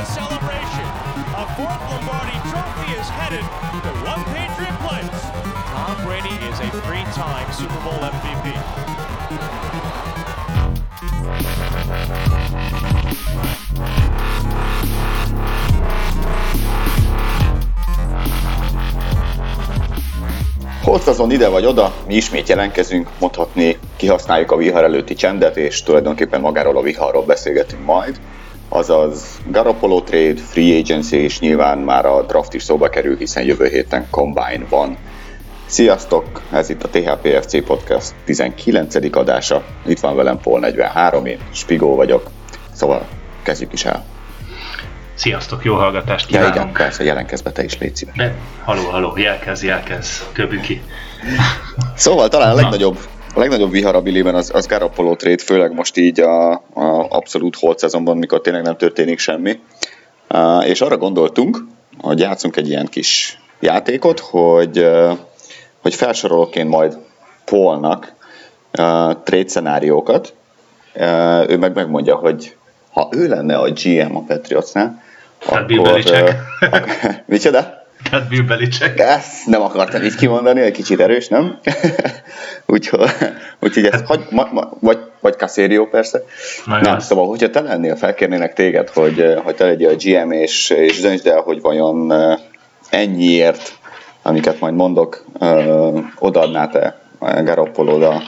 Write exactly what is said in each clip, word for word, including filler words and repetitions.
celebration. A fourth Lombardi trophy is headed to one Patriot place. Tom Brady is a three-time Super Bowl M V P. Hosszazon ide vagy oda, mi ismét jelentkezünk, mondhatni, kihasználjuk a vihar előtti csendet, és tulajdonképpen magáról a viharról beszélgetünk majd. Azaz Garoppolo trade, free agency, és nyilván már a draft is szóba kerül, hiszen jövő héten combine van. Sziasztok, ez itt a té há pé ef cé Podcast tizenkilencedik adása. Itt van velem Paul negyvenhárom, én Spigó vagyok, szóval kezdjük is el. Sziasztok, jó hallgatást kívánunk! Ja igen, persze, jelentkezz be, te is légy szíves. De, haló, haló, jelkezz, jelkezz, köpünk ki. Szóval talán a legnagyobb, a legnagyobb vihar a Billyben az, az Garoppolo trade, főleg most így a, a abszolút holt szezonban, mikor tényleg nem történik semmi. Uh, és arra gondoltunk, hogy játszunk egy ilyen kis játékot, hogy, uh, hogy felsorolok én majd Paulnak uh, trade szenáriókat. Uh, ő meg megmondja, hogy ha ő lenne a gé em a Patriotsnál, tehát Bill Belichick. Uh, micsoda? Tehát Bill Belichick. Ezt nem akartam így kimondani, egy kicsit erős, nem? úgyhogy, úgyhogy ezt hagy, ma, ma, vagy, vagy Caserio persze. Na, nem, szóval, hogyha te lennél, felkérnének téged, hogy, hogy te legyél a gé em, és, és döntsd el, hogy vajon ennyiért, amiket majd mondok, odaadnál te Garoppolód a,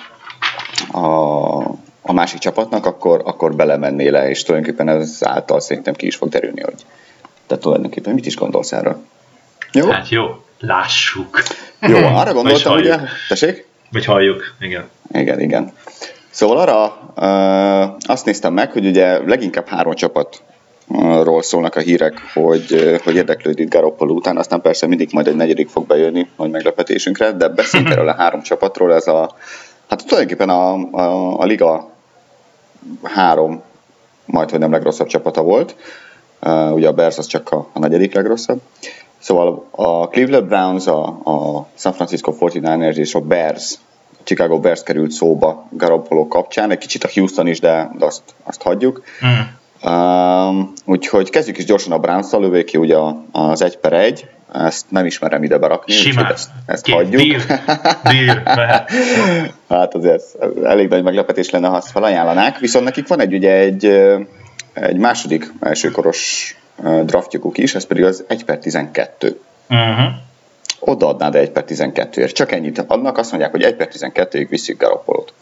a, a másik csapatnak, akkor, akkor belemennél le, és tulajdonképpen ez által szerintem ki is fog derülni, hogy te tulajdonképpen mit is gondolsz erről. Jó? Hát jó, lássuk. Jó, arra gondoltam, ugye? Tessék? Vagy halljuk, igen. Igen, igen. Szóval arra uh, azt néztem meg, hogy ugye leginkább három csapatról szólnak a hírek, hogy, hogy érdeklődik Garoppolo után, aztán persze mindig majd egy negyedik fog bejönni, nagy meglepetésünkre, de beszéljünk erről a három csapatról, ez a, hát tulajdonképpen a, a, a liga három, majd hogy nem legrosszabb csapata volt, uh, ugye a Bears az csak a, a negyedik legrosszabb. Szóval a Cleveland Browns, a, a San Francisco negyvenkilencesek és a Bears, a Chicago Bears került szóba Garoppolo kapcsán, egy kicsit a Houston is, de, de azt, azt hagyjuk. Mm. Um, úgyhogy kezdjük is gyorsan a Browns-szal, lövő ki ugye az egy per egy, ezt nem ismerem ide berakni, úgyhogy ezt, ezt hagyjuk. Deal. Deal. Hát azért elég nagy meglepetés lenne, ha azt felajánlanák, viszont nekik van egy ugye egy, egy második elsőkoros draftjukuk is, ez pedig az egy per tizenkettő. Uh-huh. Odaadnád egy per tizenkettőért. Csak ennyit adnak, azt mondják, hogy egy per tizenkettőig viszik Garoppolót.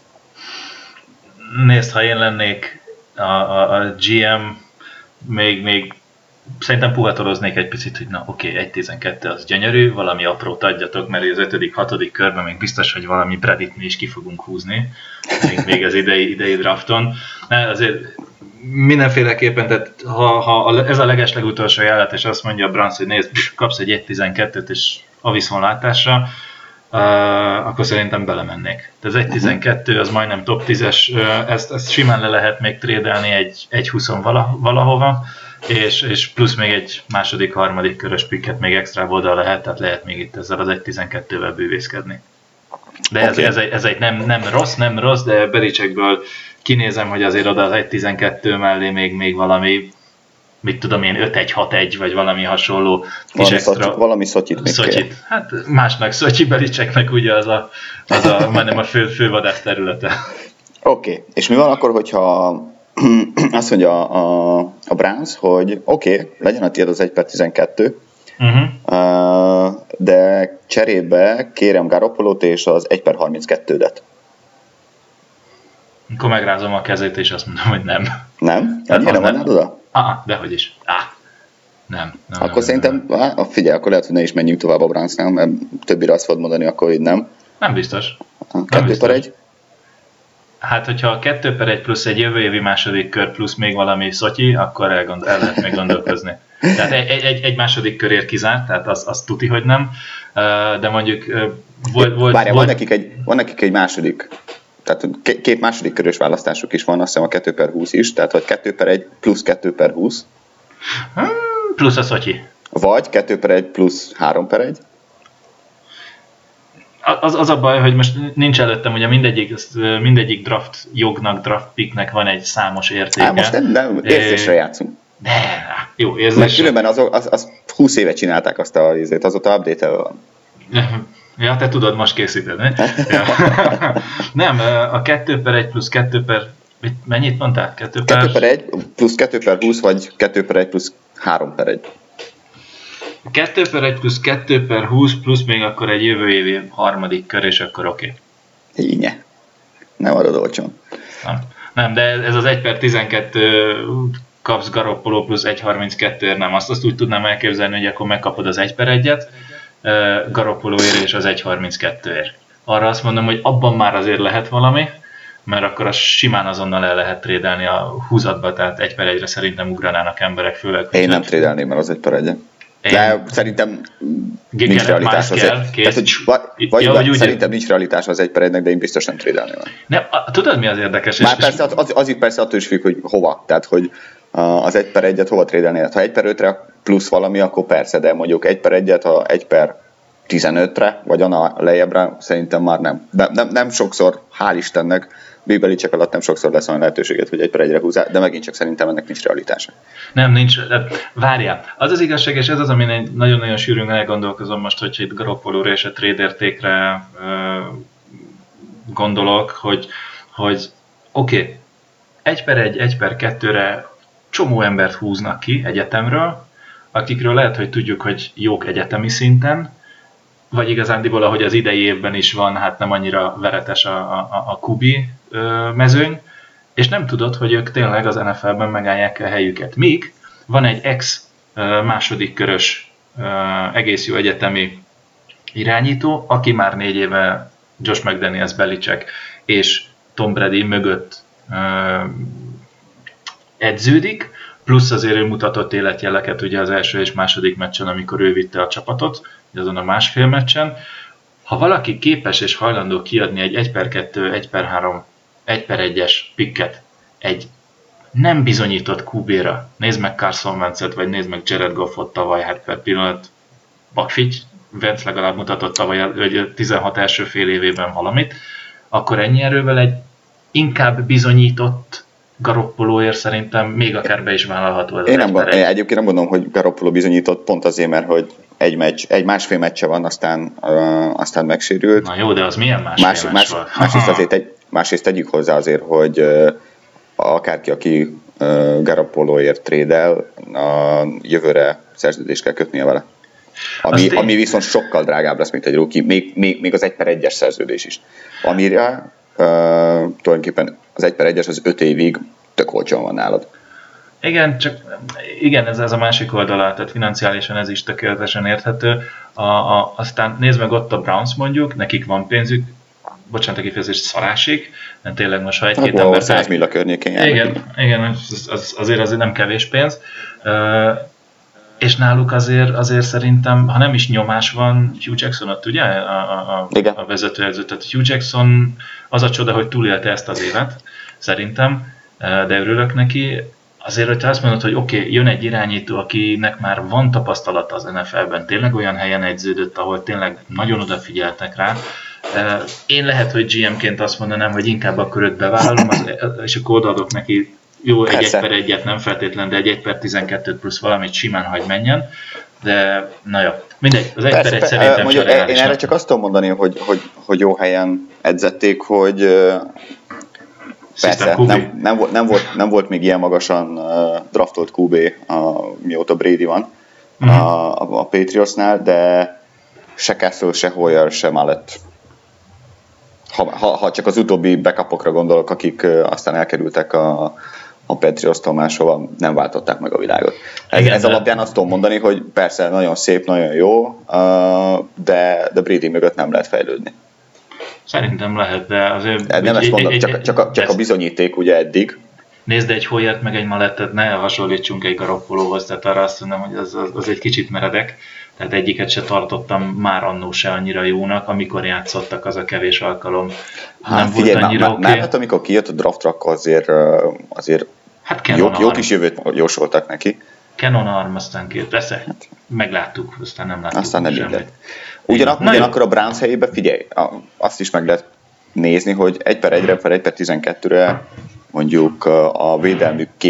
Nézd, ha én lennék a, a, a gé em, még, még szerintem puhatoroznék egy picit, hogy na oké, okay, egy tizenkettő az gyönyörű, valami aprót adjatok, mert az ötödik, hatodik körben még biztos, hogy valami Bradit mi is ki fogunk húzni, még, még az idei, idei drafton. Ne, azért mindenféleképpen, tehát ha, ha ez a legeslegutolsó ajánlat, és azt mondja a Browns, hogy nézd, kapsz egy egy tizenkettőt és a viszontlátásra, uh, akkor szerintem belemennék. De az egy tizenkettő az majdnem top tízes, uh, ezt, ezt simán le lehet még trédelni egy, egy húsz vala, valahova, és, és plusz még egy második, harmadik körös pikket még extra oda lehet, tehát lehet még itt ezzel az egy tizenkettővel bűvészkedni. De ez, okay. ez, egy, ez egy nem, nem rossz, nem rossz, de Belichickből kinézem, hogy azért oda az egy tizenkettő mellé még, még valami, mit tudom én, öt egy hat egy, vagy valami hasonló valami extra... Szotyit, valami szotyit még szotyit. Hát másnak Szotyi, Belichicknek ugye az a, az a majdnem a fő, fővadász területe. Oké, okay. És mi van akkor, hogyha azt mondja a, a Browns, hogy oké, okay, legyen a tiéd az egy per tizenkettő, uh-huh. uh, de cserébe kérem Garoppolót és az egy per harminckettődet. Akkor megrázom a kezét, és azt mondom, hogy nem. Nem? Ennyire van oda? Ah, dehogy is. Ah, nem. nem akkor nem, szerintem, nem. Á, figyelj, akkor lehet, hogy ne is menjünk tovább a Brownsnál, mert többire azt fogod mondani, akkor hogy nem. Nem biztos. Kettő per egy? Hát, hogyha a kettő per egy plusz egy jövő évi második kör plusz még valami szotyi, akkor elgondol, el lehet még gondolkozni. Tehát egy, egy, egy második körért kizárt, tehát az, az tuti, hogy nem. De mondjuk volt... volt Várjál, volt... Van, nekik egy, van nekik egy második, tehát két második körös választásuk is van, azt hiszem a kettő per húsz is, tehát vagy kettő per egy plusz kettő per húsz. Hmm, plusz a szotyi. Vagy kettő per egy plusz három per egy. Az, az a baj, hogy most nincs előttem, ugye mindegyik, mindegyik draft jognak, draft picknek van egy számos értéke. Á, most nem, nem érzésre játszunk. De, jó érzés. Mert különben az, az, az húsz éve csinálták azt a izét, azóta update-elve van. Ja, te tudod, most készíted, ne? Ja. Nem, a kettő per egy plusz kettő per... Mennyit mondtál? kettő per egy plusz kettő per húsz, vagy kettő per egy plusz három per egy. kettő per egy plusz kettő per húsz plusz még akkor egy jövő évi harmadik kör, és akkor oké. Okay. Ínye. Nem adod olcsón. Nem. Nem, de ez az egy per tizenkettő kapsz Garoppolo plusz egy harminckettőért nem. Azt, azt úgy tudnám elképzelni, hogy akkor megkapod az egy per egyet Garoppoloért és az egy harminckettőért. Arra azt mondom, hogy abban már azért lehet valami, mert akkor az simán azonnal el lehet trédelni a húzatba, tehát egy per egyre szerintem ugranának emberek, főleg. Én nem trédelném el az egy per egyet. De szerintem nincs realitás az egy. Tehát, hogy vagy ja, úgy, szerintem nincs realitás az egy per egynek, de én biztos nem trédelném el. Nem, a, tudod mi az érdekes? Már persze, az, az, az itt persze attól is függ, hogy hova. Tehát, hogy az egy per egyet hova trédelnél. Ha egy per ötre plusz valami, akkor persze, de mondjuk egy per egyet, ha egy per tizenötre, vagy annál lejjebbre, szerintem már nem. De nem, nem sokszor, hál' Istennek, Bibelicsek alatt nem sokszor lesz olyan lehetőséget, hogy egy per egyre húzzál, de megint csak szerintem ennek nincs realitása. Nem, nincs. Várjál. Az az igazság, és ez az, amin én nagyon-nagyon sűrűn elgondolkozom most, hogyha itt Garoppolóra és a tradertékre gondolok, hogy, hogy oké, okay, egy per egy, egy per kettőre csomó embert húznak ki egyetemről, akikről lehet, hogy tudjuk, hogy jók egyetemi szinten, vagy igazándiból, ahogy az idei évben is van, hát nem annyira veretes a, a, a kubi mezőny, és nem tudod, hogy ők tényleg az en ef el-ben megállják a helyüket. Míg van egy ex második körös egész jó egyetemi irányító, aki már négy éve Josh McDaniels, Belichick és Tom Brady mögött edződik, plusz azért ő mutatott életjeleket ugye az első és második meccsen, amikor ő vitte a csapatot, azon a másfél meccsen. Ha valaki képes és hajlandó kiadni egy egy per kettő, egy per három, egy per egyes pikket egy nem bizonyított kú bé-ra, nézd meg Carson Wentzet, vagy nézd meg Jared Goffot tavaly, hát per pillanat bakfigy, Wentz legalább mutatott tavaly, vagy tizenhat első fél évében valamit, akkor ennyi erővel egy inkább bizonyított Garoppolóért szerintem még akár be is vállalható ez én az nem, egy. Egyébként nem gondolom, hogy Garoppolo bizonyított pont azért, mert hogy egy meccs, egy másfél meccse van, aztán, uh, aztán megsérült. Na jó, de az milyen másfél más, meccs más, volt? Másrészt, azért egy, másrészt tegyük hozzá azért, hogy uh, akárki, aki uh, Garoppoloért trédel, a jövőre szerződést kell kötnie vele. Ami, ami viszont sokkal drágább lesz, mint egy rookie, még, még, még az egy per egyes szerződés is. Amire uh, tulajdonképpen az egy per egyes az öt évig tök olcsón van nálad. Igen, csak igen, ez, ez a másik oldala, tehát financiálisan ez is tökéletesen érthető. A, a, aztán nézd meg ott a Browns mondjuk, nekik van pénzük, bocsánat, a kifejezést szarásig, de tényleg most, ha egy-két hát, ember... száz millió környékén jár. Igen, igen az, az, azért azért nem kevés pénz. Uh, és náluk azért, azért szerintem, ha nem is nyomás van, Hugh Jackson ott ugye, a, a, a vezetőedző, tehát Hugh Jackson az a csoda, hogy túlélte ezt az évet, szerintem, de örülök neki. Azért, hogyha azt mondod, hogy oké, okay, jön egy irányító, akinek már van tapasztalata az en ef el-ben, tényleg olyan helyen egyződött, ahol tényleg nagyon odafigyeltek rá. Én lehet, hogy gé em-ként azt mondanám, hogy inkább akkor őt bevállalom, és akkor odaadok neki jó, egy egy per egyet nem feltétlen, de egy egy per tizenkettőt plusz valamit simán hagy menjen. De na jó, mindegy, az egy per egy szerintem mondjuk, én erre csak azt tudom mondani, hogy, hogy, hogy jó helyen edzették, hogy persze, nem, nem, volt, nem, volt, nem volt még ilyen magasan uh, draftolt kú bé, uh, mióta Brady van uh-huh. a, a Patriotsnál, de se Castle, se Hoyer, se Mallett. Ha, ha, ha csak az utóbbi backupokra gondolok, akik uh, aztán elkerültek a, a Patriots-tól máshova, nem váltották meg a világot. Ez, Igen, ez de... alapján azt tudom mondani, hogy persze nagyon szép, nagyon jó, uh, de, de Brady mögött nem lehet fejlődni. Szerintem lehet, de azért... De nem ezt mondom, csak, csak, a, csak a bizonyíték ugye eddig. Nézd, egy Hoyert meg egy Mallettet ne hasonlítsunk egy Garoppolóhoz, tehát arra azt mondom, hogy az, az, az egy kicsit meredek, tehát egyiket se tartottam már annó se annyira jónak, amikor játszottak, az a kevés alkalom. Hát nem figyelj, volt annyira oké. Okay. Hát amikor kijött a draftra, akkor azért, azért hát jó, jó kis jövőt jósoltak neki. Cannon Arm, aztán két, persze, hát. megláttuk, aztán nem láttuk. Aztán nem mindegy. Ugyanak, ugyanakkor a Browns helyében figyelj, azt is meg lehet nézni, hogy egy per egyre, per egy per tizenkettőre mondjuk a védelmük két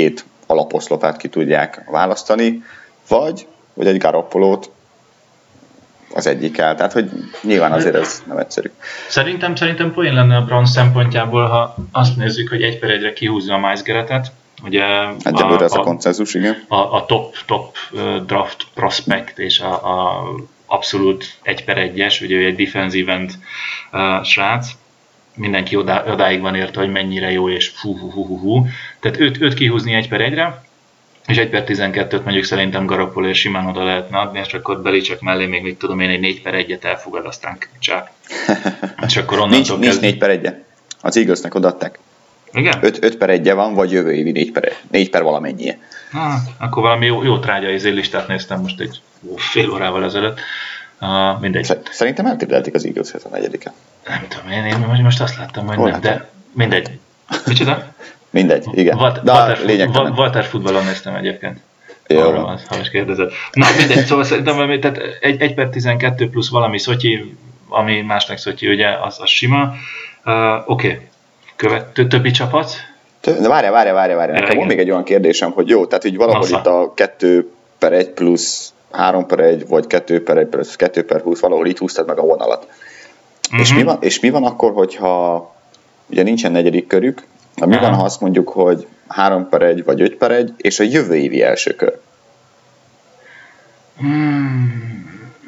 alaposzlopát ki tudják választani, vagy, vagy egy Garoppolót az egyikkel. Tehát, hogy nyilván azért ez nem egyszerű. Szerintem, szerintem poén lenne a Browns szempontjából, ha azt nézzük, hogy egy per egyre kihúzza a Miles Garrettet. Ugye egyelőre ez a, a konszenzus, igen. A, a top, top draft prospect és a, a abszolút egy per egyes, ugye egy defensive end uh, srác. Mindenki odá, odáig van érte, hogy mennyire jó, és fú, hú, hú, hú, hú. Tehát őt, őt kihúzni egy per egyre, és egy per tizenkettőt mondjuk szerintem Garoppolo és simán oda lehetne adni, és akkor Belichick mellé még mit tudom én, egy négy per egyet elfogad, aztán csá. És akkor nincs, nincs négy per egy. Az Eaglesnek odaadták. Igen? öt per egy van, vagy jövő évi négy per egy. négy per valamennyie. Ah, akkor valami jó, jó trágya izé listát néztem most egy fél órával ezelőtt. Uh, mindegy. Szerintem eltérdelték az Eagles-hez a negyediket. Nem tudom, én, én most azt láttam, hogy Hol nem, láttam? De mindegy. Micsoda? Mindegy, igen. Vat, Walter futballon néztem egyébként. Jó. Arra van, ha is kérdezed. Na mindegy, szóval szerintem valami, tehát egy, egy per tizenkettő plusz valami szotyi, ami másnak szotyi, ugye, az, az sima. Uh, Oké, okay. Követ, többi csapat? De várjál, várjál, várjál, várjál. Nekem van még egy olyan kérdésem, hogy jó, tehát így valahol Massa. Itt a kettő per egy plusz három per egy, vagy kettő per egy plusz kettő per húsz, valahol itt húztad meg a vonalat. Uh-huh. És, mi van, és mi van akkor, hogyha ugye nincsen negyedik körük, mi uh-huh. van, ha azt mondjuk, hogy három per egy, vagy öt per egy, és a jövő évi első kör? Hmm.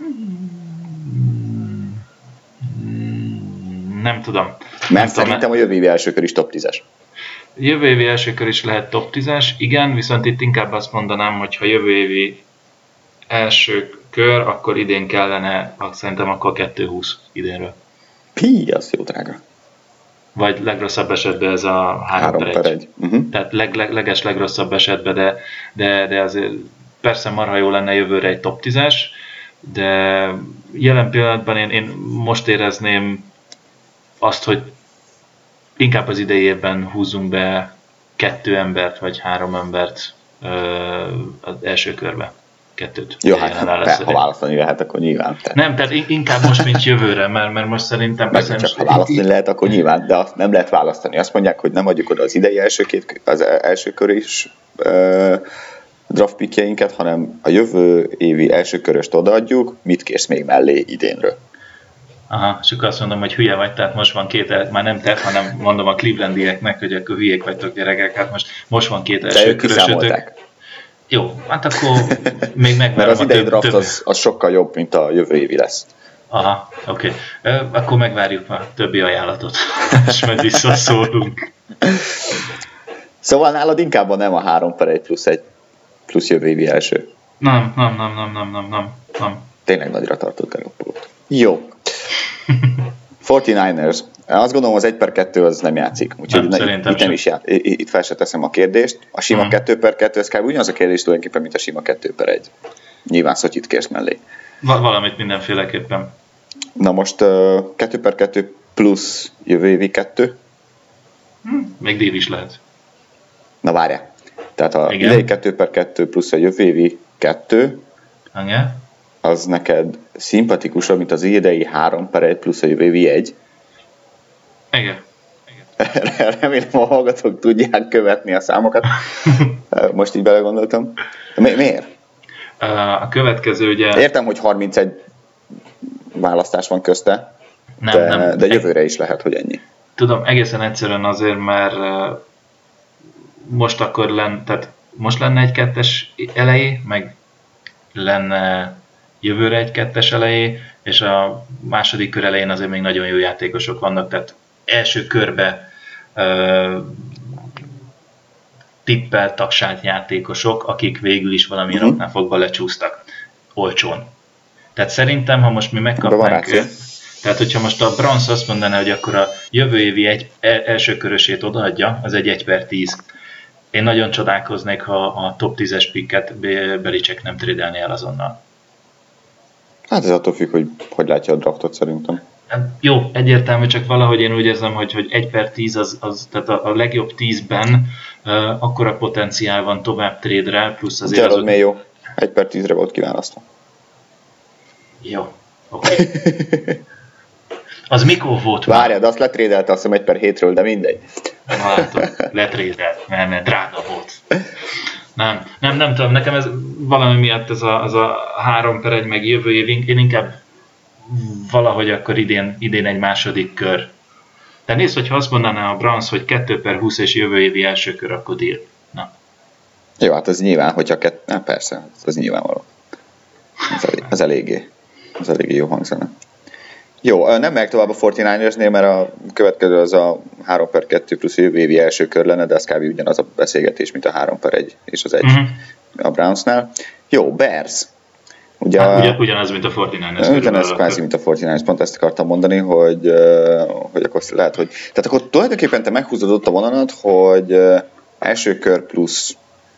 Nem tudom. Mert nem szerintem tudom. a jövő évi első kör is top tízes. Jövő évi első kör is lehet top tízes, igen, viszont itt inkább azt mondanám, hogy ha jövő évi első kör, akkor idén kellene, szerintem akkor kettő húsz idénről. Pi, az jó drága. Vagy legrosszabb esetben ez a három per egy. Uh-huh. Tehát leg, leg, leges legrosszabb esetben, de, de, de azért persze marha jó lenne jövőre egy top tízes, de jelen pillanatban én, én most érezném azt, hogy inkább az idei évben húzzunk be kettő embert, vagy három embert ö, az első körbe. Kettőt. Jó, hát ha, ha választani lehet, akkor nyilván. Tehát. Nem, tehát inkább most, mint jövőre, mert, mert most szerintem... Meg csak most, ha választani lehet, akkor nyilván, de azt nem lehet választani. Azt mondják, hogy nem adjuk oda az idei első, két, az első kör is uh, draft pickjeinket, hanem a jövő évi első köröst odaadjuk, mit kérsz még mellé idénről. Aha, és akkor azt mondom, hogy hülye vagy, tehát most van két, már nem te, hanem mondom a Clevelandieknek, hogy akkor hülyék vagytok gyerekek, hát most, most van két első körösötök. Jó, hát akkor még megvárom. Mert az idei draft több... az, az sokkal jobb, mint a jövő évi lesz. Aha, oké. Okay. Akkor megvárjuk a többi ajánlatot, és majd visszaszólunk. Szóval nálad inkább nem a három per egy plusz egy plusz jövő évi első. Nem, nem, nem, nem, nem, nem, nem, nem. Tényleg nagyra tartott Garoppolót. Jó. negyvenkilencesek. Azt gondolom, az egy per kettő az nem játszik. Úgyhogy nem, ne, itt, nem is ját, itt fel se teszem a kérdést. A sima hmm. kettő per kettő, ez kb. Ugyanaz a kérdés tulajdonképpen, mint a sima kettő per egy. Nyilván szotyit kérsz mellé. Val- valamit mindenféleképpen. Na most uh, kettő per kettő plusz jövő évi kettő. Hmm. Még dév is lehet. Na várjál. Tehát a idei kettő per kettő plusz a jövő évi kettő, igen. Az neked szimpatikusabb, mint az idei három per egy plusz a jövő évi egy. Igen. Igen. Remélem a hallgatók tudják követni a számokat. Most így belegondoltam. Mi- miért? A következő ugye... Értem, hogy harmincegy választás van közte, nem, de, nem. de jövőre is lehet, hogy ennyi. Tudom, egészen egyszerűen azért, mert most akkor lenne, tehát most lenne egy kettes elejé, meg lenne jövőre egy kettes elejé, és a második kör elején azért még nagyon jó játékosok vannak, tehát első körbe uh, tippelt, tagsált játékosok, akik végül is valamilyen uh-huh. oknál fogva lecsúsztak olcsón. Tehát szerintem, ha most mi megkapnánk, tehát hogyha most a Browns azt mondaná, hogy akkor a jövő évi egy, első körösét odaadja, az egy egy per tíz. Én nagyon csodálkoznék, ha a top tízes picket Belichick nem trédelné el azonnal. Hát ez attól függ, hogy hogy látja a draftot szerintem. Jó, egyértelmű, csak valahogy én úgy érzem, hogy, hogy egy per tíz, az, az, tehát a, a legjobb tízben uh, akkora potenciál van tovább trade-re, plusz azért... Gerald Mayo, egy per tízre volt kiválasztva. Jó, oké. Okay. Az mikor volt már? Várjad, azt letrédelte, azt hiszem egy per hétről, de mindegy. Látom, letrédelt, mert, mert drága volt. Nem, nem, nem tudom, nekem ez valami miatt ez a, az a három per egy meg jövő év, én inkább valahogy akkor idén, idén egy második kör. De nézd, hogyha azt mondaná a Browns, hogy kettő per húsz és jövő évi első kör, akkor deal. Na. Jó, hát az nyilván, hogyha kett... Na, persze, az nyilvánvaló. Az, elég, az eléggé. Az eléggé jó hangzana. Jó, nem meg tovább a negyvenkilenceresnél, mert a következő az a három per kettő plusz jövő évi első kör lenne, de az kb. Ugyanaz a beszélgetés, mint a három per egy és az egy uh-huh. a Brownsnál. Jó, Bears. Ugye, hát, ugyan, ugyanaz, mint a negyvenkilences. Ugyanaz kvázi, mint a negyvenkilences, pont ezt akartam mondani, hogy, hogy akkor lehet, hogy... Tehát akkor tulajdonképpen te meghúzod ott a vonalat, hogy első kör plusz,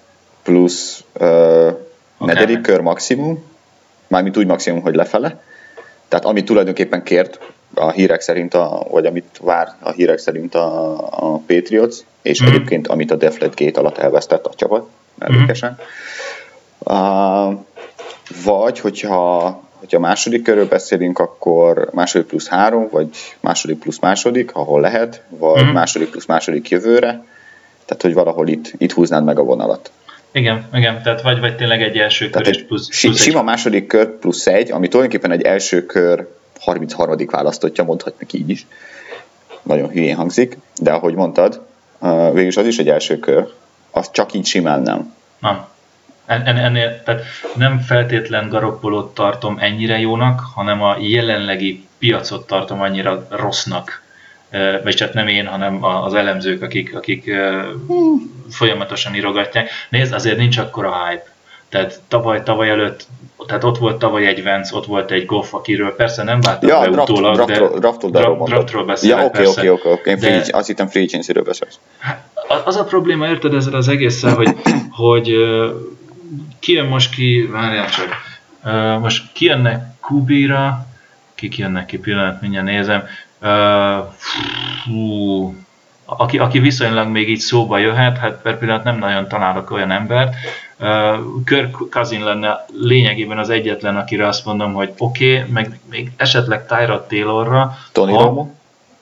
plusz uh, negyedik kör maximum, mármint úgy maximum, hogy lefele. Tehát amit tulajdonképpen kért a hírek szerint, a, vagy amit vár a hírek szerint a, a Patriots, és mm. egyébként amit a Deflategate alatt elvesztett a csapat, érdekesen. Mm. Uh, vagy, hogyha, hogyha második körről beszélünk, akkor második plusz három, vagy második plusz második, ahol lehet, vagy mm. második plusz második jövőre. Tehát, hogy valahol itt, itt húznád meg a vonalat. Igen, igen, tehát vagy, vagy tényleg egy első kör és plusz, plusz Sima egy... második kör plusz egy, ami tulajdonképpen egy első kör harmincharmadik választottja, mondhatjuk így is. Nagyon hülyén hangzik, de ahogy mondtad, végülis az is egy első kör, az csak így simán nem. Nem. En, ennél, tehát nem feltétlen Garoppolót tartom ennyire jónak, hanem a jelenlegi piacot tartom annyira rossznak. Vagy csak nem én, hanem az elemzők, akik, akik hmm. folyamatosan írogatják. Nézd, azért nincs akkora hype. Tehát tavaly, tavaly előtt, tehát ott volt tavaly egy Vance, ott volt egy Goff, akiről persze nem váltak ja, be draft, utólag, draftról, de draftról, draft, draftról beszélek ja, okay, persze. Oké, oké, oké, azt hittem free agency-ről beszélsz. Az a probléma, érted ezzel az egésszel, hogy, hogy kijön most ki, várjál csak, most kijönnek Q B-ra, ki kijönnek ki, pillanat, mindjárt nézem, Uh, fú, aki, aki viszonylag még így szóba jöhet, hát per pillanat nem nagyon találok olyan embert. Uh, Kirk Cousin lenne lényegében az egyetlen, akire azt mondom, hogy oké, okay, meg még esetleg Tyrod Taylorra. Tony ha... Romo? Uh,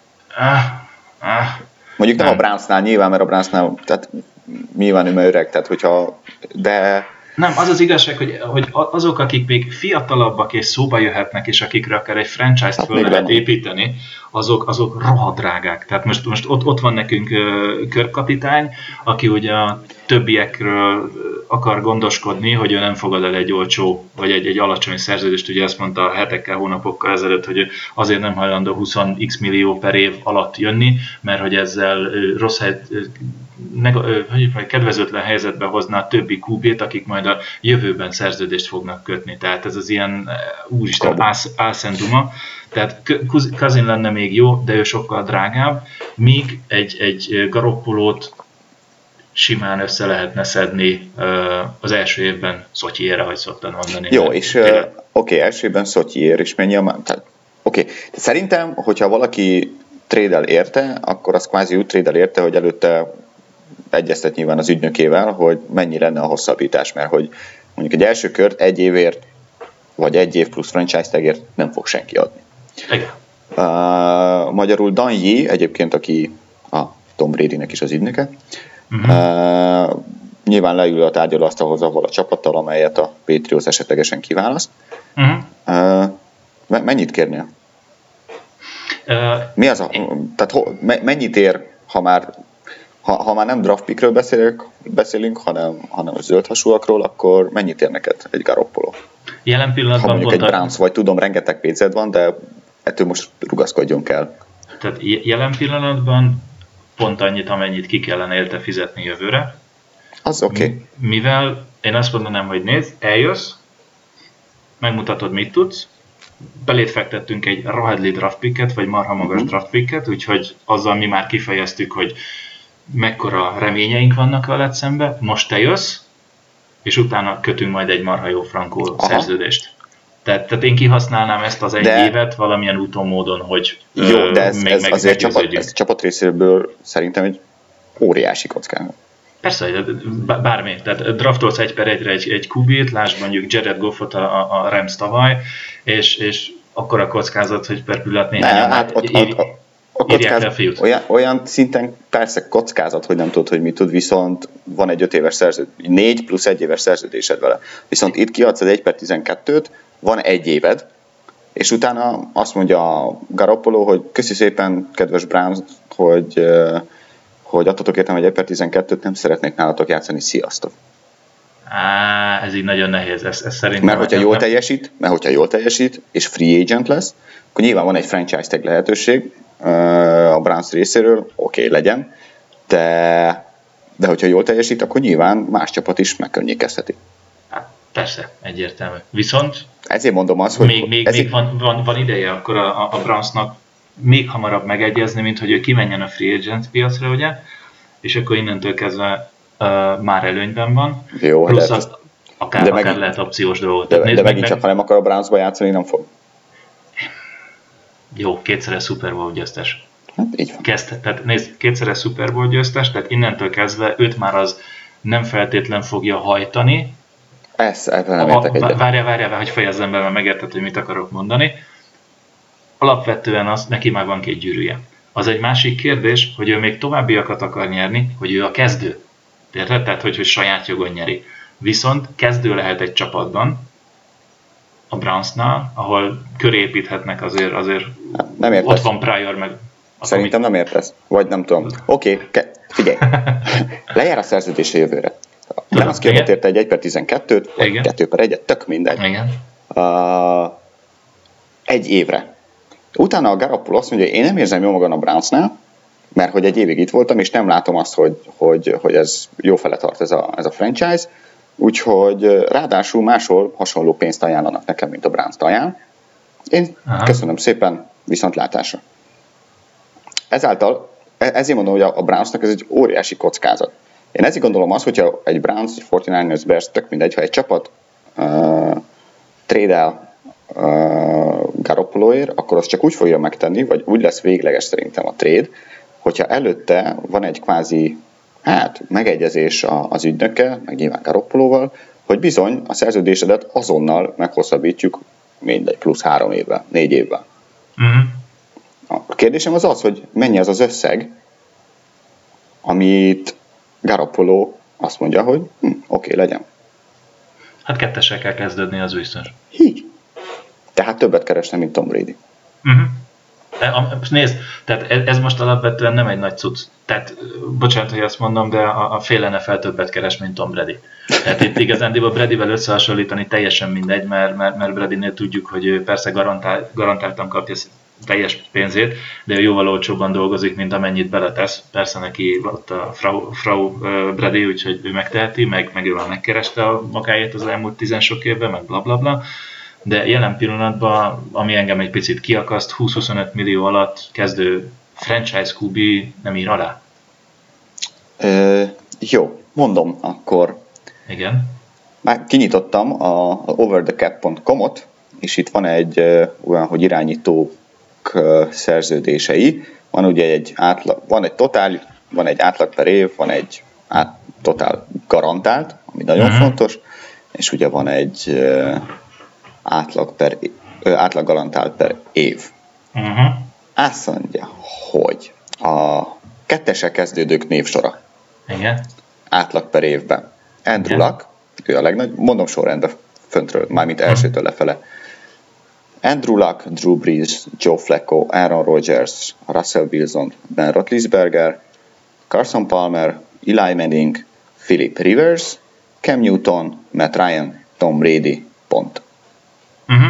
uh, Mondjuk nem, nem a Brownsnál nyilván, mert a Brownsnál, tehát nyilván ő öreg, tehát hogyha, de... Nem, az az igazság, hogy, hogy azok, akik még fiatalabbak és szóba jöhetnek, és akikre akár egy franchise-t hát föl lehet építeni, azok, azok rohadrágák. Tehát most, most ott, ott van nekünk uh, körkapitány, aki ugye a többiekről akar gondoskodni, hogy ő nem fogad el egy olcsó, vagy egy, egy alacsony szerződést. Ugye azt mondta hetekkel, hónapokkal ezelőtt, hogy azért nem hajlandó húsz x millió per év alatt jönni, mert hogy ezzel uh, rossz hely, uh, Neg- hogy kedvezőtlen helyzetbe hozná a többi Q B-t, akik majd a jövőben szerződést fognak kötni. Tehát ez az ilyen, úristen, álszenduma. Tehát Cousin lenne még jó, de ő sokkal drágább, míg egy, egy Garoppolót simán össze lehetne szedni az első évben Szotyiére, ahogy szoktam mondani. Jó, és oké, okay, első évben Szotyiér, és mennyi a... Oké, okay. Szerintem, hogyha valaki trédel érte, akkor az kvázi úgy trédel érte, hogy előtte egyeztet nyilván az ügynökével, hogy mennyi lenne a hosszabbítás, mert hogy mondjuk egy első kört egy évért, vagy egy év plusz franchise tagért nem fog senki adni. Igen. Uh, magyarul Dan Yee, egyébként aki a Tom Bradynek is az ügynöke, uh-huh. uh, nyilván leül a tárgyalóasztalhoz avval a csapattal, amelyet a Patriots esetlegesen kiválaszt. Uh-huh. Uh, mennyit kérnél? Uh, Mi az a, tehát ho, mennyit ér, ha már Ha, ha már nem draft pickről beszélünk, beszélünk hanem, hanem a zöldhasúakról, akkor mennyit ér neked egy Garoppolo? Jelen pillanatban ha mondjuk egy pont Browns, vagy tudom, rengeteg pénzed van, de ettől most rugaszkodjon kell. Tehát jelen pillanatban pont annyit, amennyit ki kellene érte fizetni jövőre. Az oké. Okay. Mivel én azt mondanám, hogy nézd, eljössz, megmutatod, mit tudsz, belét fektettünk egy rohadli draft picket, vagy marha magas uh-huh. draft picket, úgyhogy azzal mi már kifejeztük, hogy mekkora reményeink vannak veled szembe, most te jössz, és utána kötünk majd egy marha jó frankó Aha. szerződést. Tehát, tehát én kihasználnám ezt az egy de, évet valamilyen úton, módon, hogy jó, de ez, még ez azért csapat, ez csapat részéből szerintem egy óriási kockázat. Persze, bármi. Tehát draftolsz egy per egyre egy, egy Q B-t, lásd mondjuk Jared Goffot a, a Rams tavaly, és, és akkor a kockázat, hogy per pillanat néhány ne, hát ott, évi, ott, ott kockázat, olyan, olyan szinten persze kockázat, hogy nem tudod, hogy mit tud, viszont van egy öt éves szerződés, négy plusz egy éves szerződésed vele. Viszont itt kiadsz az egy per tizenkettőt, van egy éved, és utána azt mondja a Garoppolo, hogy köszi szépen, kedves Browns, hogy, hogy adtatok értem egy egy per tizenkettőt, nem szeretnék nálatok játszani, sziasztok. Á, ez így nagyon nehéz, ez, ez szerintem... Mert hogyha jól teljesít, mert hogyha jól teljesít, és free agent lesz, akkor nyilván van egy franchise tag lehetőség a Browns részéről, oké, okay, legyen, de, de hogyha jól teljesít, akkor nyilván más csapat is megkönnyékezheti. Hát, persze, egyértelmű. Viszont... Ezért mondom azt, hogy... Még, még, ezért... még van, van, van ideje akkor a, a Brownsnak még hamarabb megegyezni, mint hogy ő kimenjen a free agent piacra, ugye? És akkor innentől kezdve uh, már előnyben van. Jó, plusz de, az, akár, de akár megint, lehet opciós dolgot. De, de megint meg... csak, ha nem akar a Brownsba játszani, nem fog. Jó, kétszeres Super Bowl győztes. Hát így van. Kezd, tehát nézd, kétszeres Super Bowl győztes, tehát innentől kezdve őt már az nem feltétlen fogja hajtani. Ezt, ebben nem értek egyet. Várjál, várjál, hogy fejezzem be, mert megérted, hogy mit akarok mondani. Alapvetően az, neki már van két gyűrűje. Az egy másik kérdés, hogy ő még továbbiakat akar nyerni, hogy ő a kezdő. Érted? Tehát, hogy, hogy saját jogon nyeri. Viszont kezdő lehet egy csapatban, a Brownsnál, ahol köré építhetnek azért, azért nem értesz. Ott van Pryor meg... Szerintem nem értesz. Vagy nem tudom. Oké, okay, ke- figyelj. Lejár a szerződése jövőre. Nem az kiadott érte egy egy per tizenkettőt, vagy kettő per egyet, tök mindegy. Igen. Uh, egy évre. Utána a Garoppolo azt mondja, hogy én nem érzem jól magam a Brownsnál, mert hogy egy évig itt voltam, és nem látom azt, hogy, hogy, hogy ez jó fele tart ez a, ez a franchise, úgyhogy ráadásul máshol hasonló pénzt ajánlanak nekem, mint a Browns ajánl. Én Aha. köszönöm szépen, viszontlátásra. Ezáltal, ezért mondom, hogy a Brownsnak ez egy óriási kockázat. Én ezért gondolom azt, hogyha egy Browns, egy negyvenkilences Bears, tök mindegy, ha egy csapat uh, trade-el uh, Garoppoloért, akkor azt csak úgy fogja megtenni, vagy úgy lesz végleges szerintem a trade, hogyha előtte van egy kvázi hát, megegyezés az ügynökkel, meg nyilván Garoppolóval, hogy bizony a szerződésedet azonnal meghosszabbítjuk mindegy plusz három évvel, négy évvel. Uh-huh. A kérdésem az az, hogy mennyi az az összeg, amit Garoppolo azt mondja, hogy hm, oké, okay, legyen. Hát kettessel kell kezdődni, az biztos. Így. Tehát többet keresne, mint Tom Brady. Uh-huh. Nézd, tehát ez most alapvetően nem egy nagy cucc. Tehát, bocsánat, hogy azt mondom, de a, a fél en ef el többet keres, mint Tom Brady. Tehát itt igazándiból Bradyvel összehasonlítani teljesen mindegy, mert, mert, mert Bradynél tudjuk, hogy ő persze garantál, garantáltan kapja teljes pénzét, de ő jóval olcsóbban dolgozik, mint amennyit beletesz. Persze neki ott a Frau, Frau Brady, úgyhogy ő megteheti, meg, meg ő már megkereste a magáét az elmúlt tizen sok évben, meg blablabla. Bla bla. De jelen pillanatban, ami engem egy picit kiakaszt, húsz-huszonöt millió alatt kezdő franchise kú bé nem ír alá. Ö, jó, mondom akkor. Igen. Már kinyitottam a over the cap pont com-ot, és itt van egy olyan, hogy irányítók szerződései. Van ugye egy átlag, van egy totál, van egy átlag per év, van egy át, totál garantált, ami nagyon uh-huh. fontos, és ugye van egy átlag, per, átlag garantált per év. Uh-huh. Azt mondja, hogy a kettesek kezdődők névsora. Igen. Átlag per évben. Andrew Luck, ő a legnagy, mondom sorrendben föntről, mármint elsőtől lefele. Andrew Luck, Drew Brees, Joe Flacco, Aaron Rodgers, Russell Wilson, Ben Roethlisberger, Carson Palmer, Eli Manning, Philip Rivers, Cam Newton, Matt Ryan, Tom Brady, pont. Uh-huh.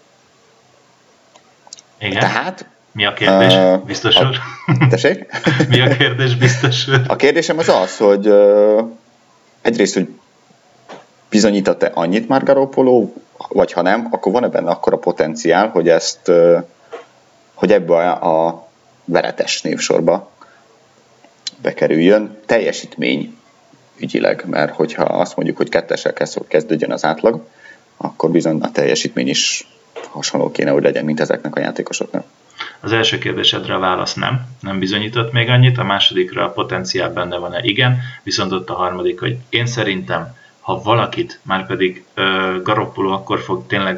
Igen. Tehát... Mi a kérdés? Uh, biztos úr? Tessék? Mi a kérdés? Biztos úr? A kérdésem az az, hogy uh, egyrészt, hogy bizonyított-e annyit már Garoppolo, vagy ha nem, akkor van-e benne akkora potenciál, hogy ezt, uh, hogy ebbe a, a veretes névsorba bekerüljön teljesítmény ügyileg, mert hogyha azt mondjuk, hogy kettessel kezdődjön az átlag, akkor bizony a teljesítmény is hasonló kéne, hogy legyen, mint ezeknek a játékosoknak. Az első kérdésedre a válasz nem, nem bizonyított még annyit, a másodikra a potenciál benne van-e, igen, viszont ott a harmadik, hogy én szerintem, ha valakit, már pedig uh, Garoppolo akkor fog tényleg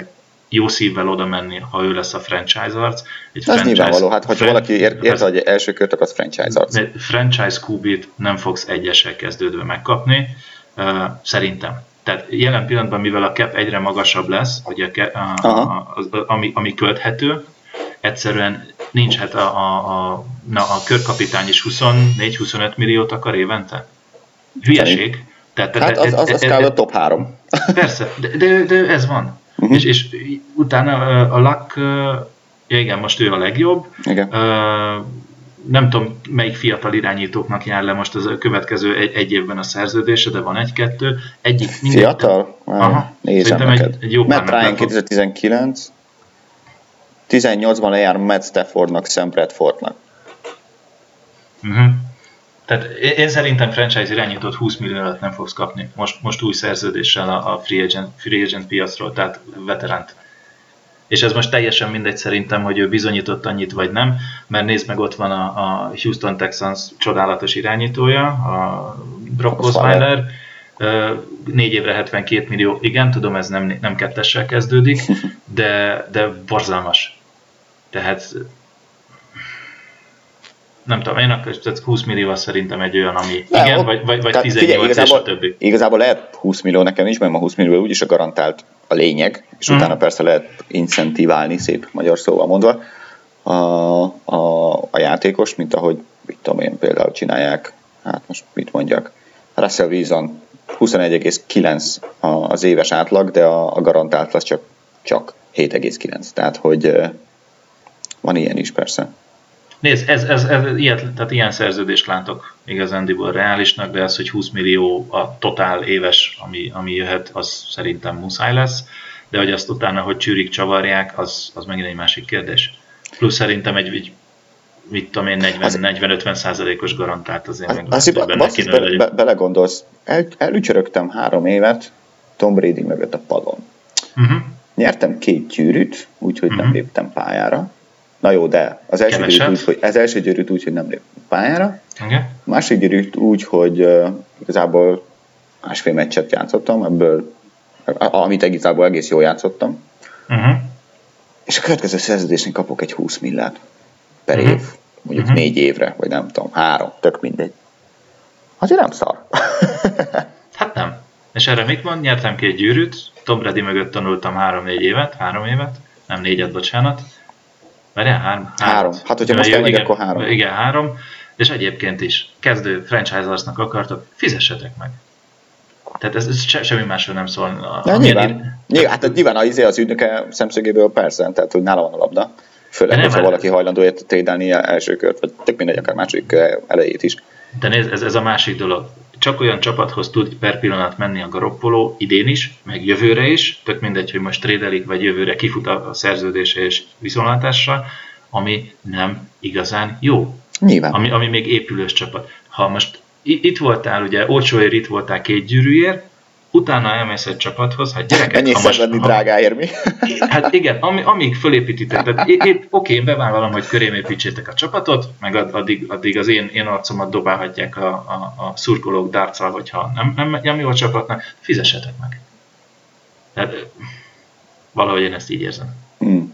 jó szívvel oda menni, ha ő lesz a franchise arc. Egy Ez nyilvánvaló, hát hogyha fran- valaki ért, ért hogy első kört, akkor az franchise arc. Franchise kú bét nem fogsz egyesek kezdődve megkapni, uh, szerintem. Tehát jelen pillanatban, mivel a cap egyre magasabb lesz, hogy a, a, a, a, ami, ami költhető, egyszerűen nincs, hát a, a, a, na, a körkapitány is huszonnégy-huszonöt milliót akar évente. Hülyeség. Tehát, hát az, az, az kell a top három. Persze, de, de, de ez van. Uh-huh. És, és utána a Luck, ja igen, most ő a legjobb. Igen. Uh, nem tudom, melyik fiatal irányítóknak jár le most az a következő egy, egy évben a szerződése, de van egy-kettő. Egyik mindegy. Fiatal? Aha. Nézem neked. Egy, egy jó Matt Ryan kétezer-tizenkilenc. tizennyolcban lejár Matt Staffordnak, Sam Bradfordnak. Uh-huh. Tehát én szerintem franchise irányítót húsz milliót nem fogsz kapni. Most, most új szerződéssel a, a free, agent, free agent piacról, tehát veteránt. És ez most teljesen mindegy szerintem, hogy ő bizonyított annyit vagy nem, mert nézd meg, ott van a, a Houston Texans csodálatos irányítója, a Brock Osweiler, négy évre hetvenkét millió, igen, tudom, ez nem, nem kettessel kezdődik, de, de borzalmas. Tehát nem tudom, én akkor húsz millió szerintem egy olyan, ami ne, igen, ott, vagy, vagy, vagy tizennyolc figyelj, és a többi. Igazából lehet húsz millió, nekem nincs, mert a húsz millió úgyis a garantált a lényeg, és mm. utána persze lehet incentiválni, szép magyar szóval mondva, a, a, a játékos, mint ahogy, mit tudom én, például csinálják, hát most mit mondjak, Russell Wilson huszonegy egész kilenc az éves átlag, de a, a garantált az csak, csak hét egész kilenc, tehát hogy van ilyen is persze. Nézd, ez, ez, ez, ilyet, tehát ilyen szerződést látok igazándiból reálisnak, de az, hogy húsz millió a totál éves, ami, ami jöhet, az szerintem muszáj lesz, de hogy azt utána, hogy csűrik, csavarják, az, az megint egy másik kérdés. Plusz szerintem egy, egy mit tudom én, negyven-ötven százalékos garantált azért az, meg az lehet, benne kéne, be, be, belegondolsz, el, elücsörögtem három évet Tom Brady mögött a padon. Uh-huh. Nyertem két gyűrűt, úgyhogy uh-huh. nem léptem pályára. Na jó, de az első gyűrűt úgy, hogy, az első gyűrűt úgy, hogy nem léptem pályára. Okay. A másik gyűrűt úgy, hogy uh, igazából másfél meccset játszottam, ebből, amit igazából egész jól játszottam. Uh-huh. És a következő szerződésnél kapok egy húsz millát per uh-huh. év, mondjuk uh-huh. négy évre, vagy nem tudom, három, tök mindegy. Azért nem szar. Hát nem. És erre mit mond? Nyertem két gyűrűt, Tom Brady mögött tanultam három-négy évet, három évet, nem négyet, bocsánat. Várjál, három? Három. Hát, hogyha most elmegy, akkor három. Igen, három. És egyébként is kezdő franchise-arsnak akartok, fizessetek meg. Tehát ez, ez se, semmi másról nem szól. Ja, nyilván, ír... nyilván, hát nyilván az, az ügynöke szemszögéből persze, tehát hogy nála van a labda. Főleg, hogyha valaki hajlandó ért trédelni első kört, vagy tök mindegy, akár második elejét is. De nézd, ez, ez a másik dolog. Csak olyan csapathoz tud per pillanat menni a Garoppolo idén is, meg jövőre is, tök mindegy, hogy most trédelik, vagy jövőre kifut a szerződése és viszontlátásra, ami nem igazán jó. Nyilván. Ami, ami még épülős csapat. Ha most itt voltál, ugye olcsóért itt voltál két gyűrűért, utána elmész egy csapathoz, hát gyerekek... Ennyi szenvedni drágáért mi? Hát igen, ami, amíg fölépítitek, tehát én, én, oké, én bevállalom, hogy körém építsétek a csapatot, meg addig, addig az én, én arcomat dobálhatják a, a, a szurkolók dárccal, hogyha nem, nem, nem jó a csapatnak, fizessetek meg. Tehát valahogy én ezt így érzem. Hmm.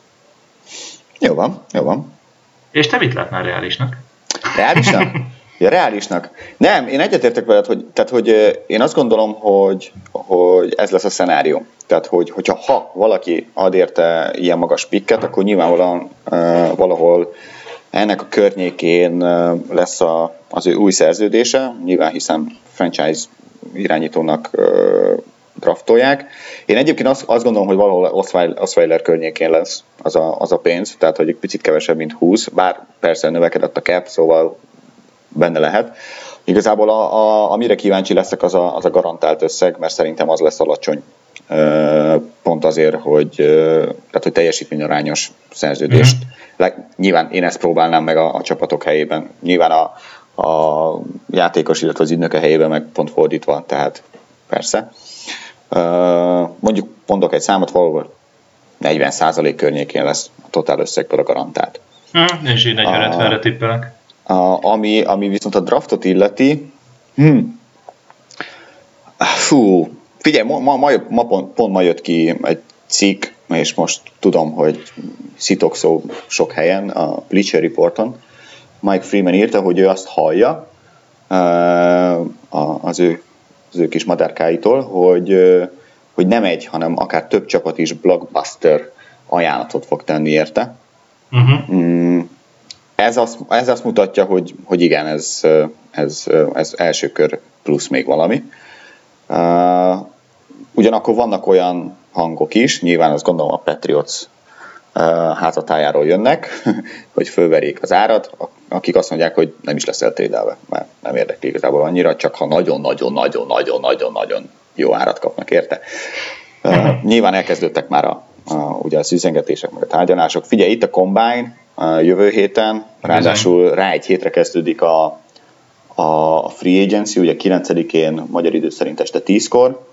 Jó van, jó van. És te mit látnál reálisnak? Reálisnak? Ja, reálisnak. Nem, én egyetértek veled, hogy, tehát, hogy én azt gondolom, hogy, hogy ez lesz a szenárió. Tehát, hogy, hogyha ha valaki ad érte ilyen magas pikket, akkor nyilvánvalóan uh, valahol ennek a környékén uh, lesz a, az ő új szerződése, nyilván hiszen franchise irányítónak uh, draftolják. Én egyébként azt, azt gondolom, hogy valahol Osweiler környékén lesz az a, az a pénz, tehát hogy egy picit kevesebb, mint húsz, bár persze növekedett a cap, szóval benne lehet. Igazából a, a, amire kíváncsi leszek, az a, az a garantált összeg, mert szerintem az lesz alacsony. Pont azért, hogy, tehát, hogy teljesítményarányos szerződést. Mm-hmm. Nyilván én ezt próbálnám meg a, a csapatok helyében. Nyilván a, a játékos, illetve az ügynöke helyében meg pont fordítva, tehát persze. Mondjuk mondok egy számot, valahol negyven százalék környékén lesz a totál összegből a garantált. Mm, és így negyven-ötvenre tippelek. A, ami, ami viszont a draftot illeti, hmm. fú, figyelj, ma, ma, ma pont, pont ma jött ki egy cikk, és most tudom, hogy szitokszó sok helyen, a Bleacher Reporton, Mike Freeman írta, hogy ő azt hallja az ő, az ő kis madárkáitól, hogy, hogy nem egy, hanem akár több csapat is blockbuster ajánlatot fog tenni érte. Uh-huh. Ez, azt, ez azt mutatja, hogy, hogy igen, ez, ez, ez első kör plusz még valami. Ugyanakkor vannak olyan hangok is, nyilván azt gondolom a Patriots házatájáról jönnek, hogy fölverjék az árat, akik azt mondják, hogy nem is lesz eltrédelve, mert nem érdekli igazából annyira, csak ha nagyon-nagyon-nagyon-nagyon-nagyon-nagyon jó árat kapnak érte. Uh, nyilván elkezdődtek már a, a, ugye az üzengetések, meg a tárgyalások. Figyelj, itt a Combine a jövő héten, ráadásul rá egy hétre kezdődik a, a Free Agency, ugye kilencedikén magyar idő szerint este tízkor.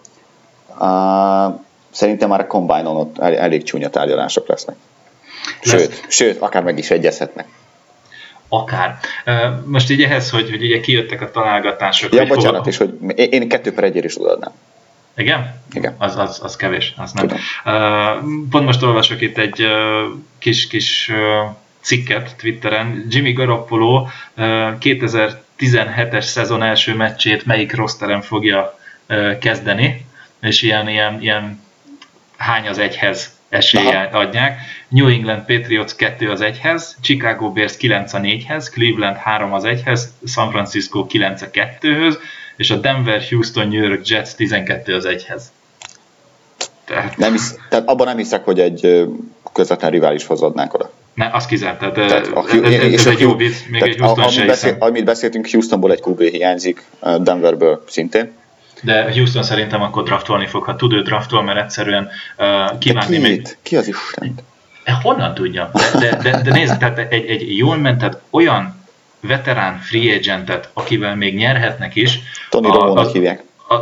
Uh, Szerintem már a Combine-on ott elég csúnya tárgyalások lesznek. Sőt, Lesz. sőt, akár meg is egyezhetnek. Akár. Most így ehhez, hogy, hogy ugye kijöttek a találgatások. Ja, bocsánat, hova... és hogy én kettő per egyért is odaadnám. Igen? Igen. Az, az, az kevés, az nem. Uh, pont most olvasok itt egy uh, kis, kis uh, cikket Twitteren. Jimmy Garoppolo uh, kétezer-tizenhetes szezon első meccsét melyik rosteren fogja uh, kezdeni, és ilyen, ilyen, ilyen hány az egyhez eséllyel adják. New England Patriots kettő az egyhez, Chicago Bears kilenc a négyhez, Cleveland három az egyhez, San Francisco kilenc a kettőhöz, és a Denver, Houston, New York Jets tizenkettő az egyhez. Tehát, nem hisz, tehát abban nem hiszek, hogy egy közvetlen riválishoz adnánk oda. Ne, azt kizárt. Tehát, tehát a, ez, ez, ez egy jó vicc, még egy Houston a, amit, beszél, amit beszéltünk, Houstonból egy kú bé hiányzik, Denverből szintén. De Houston szerintem akkor draftolni fog, ha tud ő draftol, mert egyszerűen uh, kívánni még... Ki az Istent? Honnan tudja? De, de, de, de nézd, tehát egy, egy jól mentett olyan veterán free agentet, akivel még nyerhetnek is. Tony Romo-nak hívják.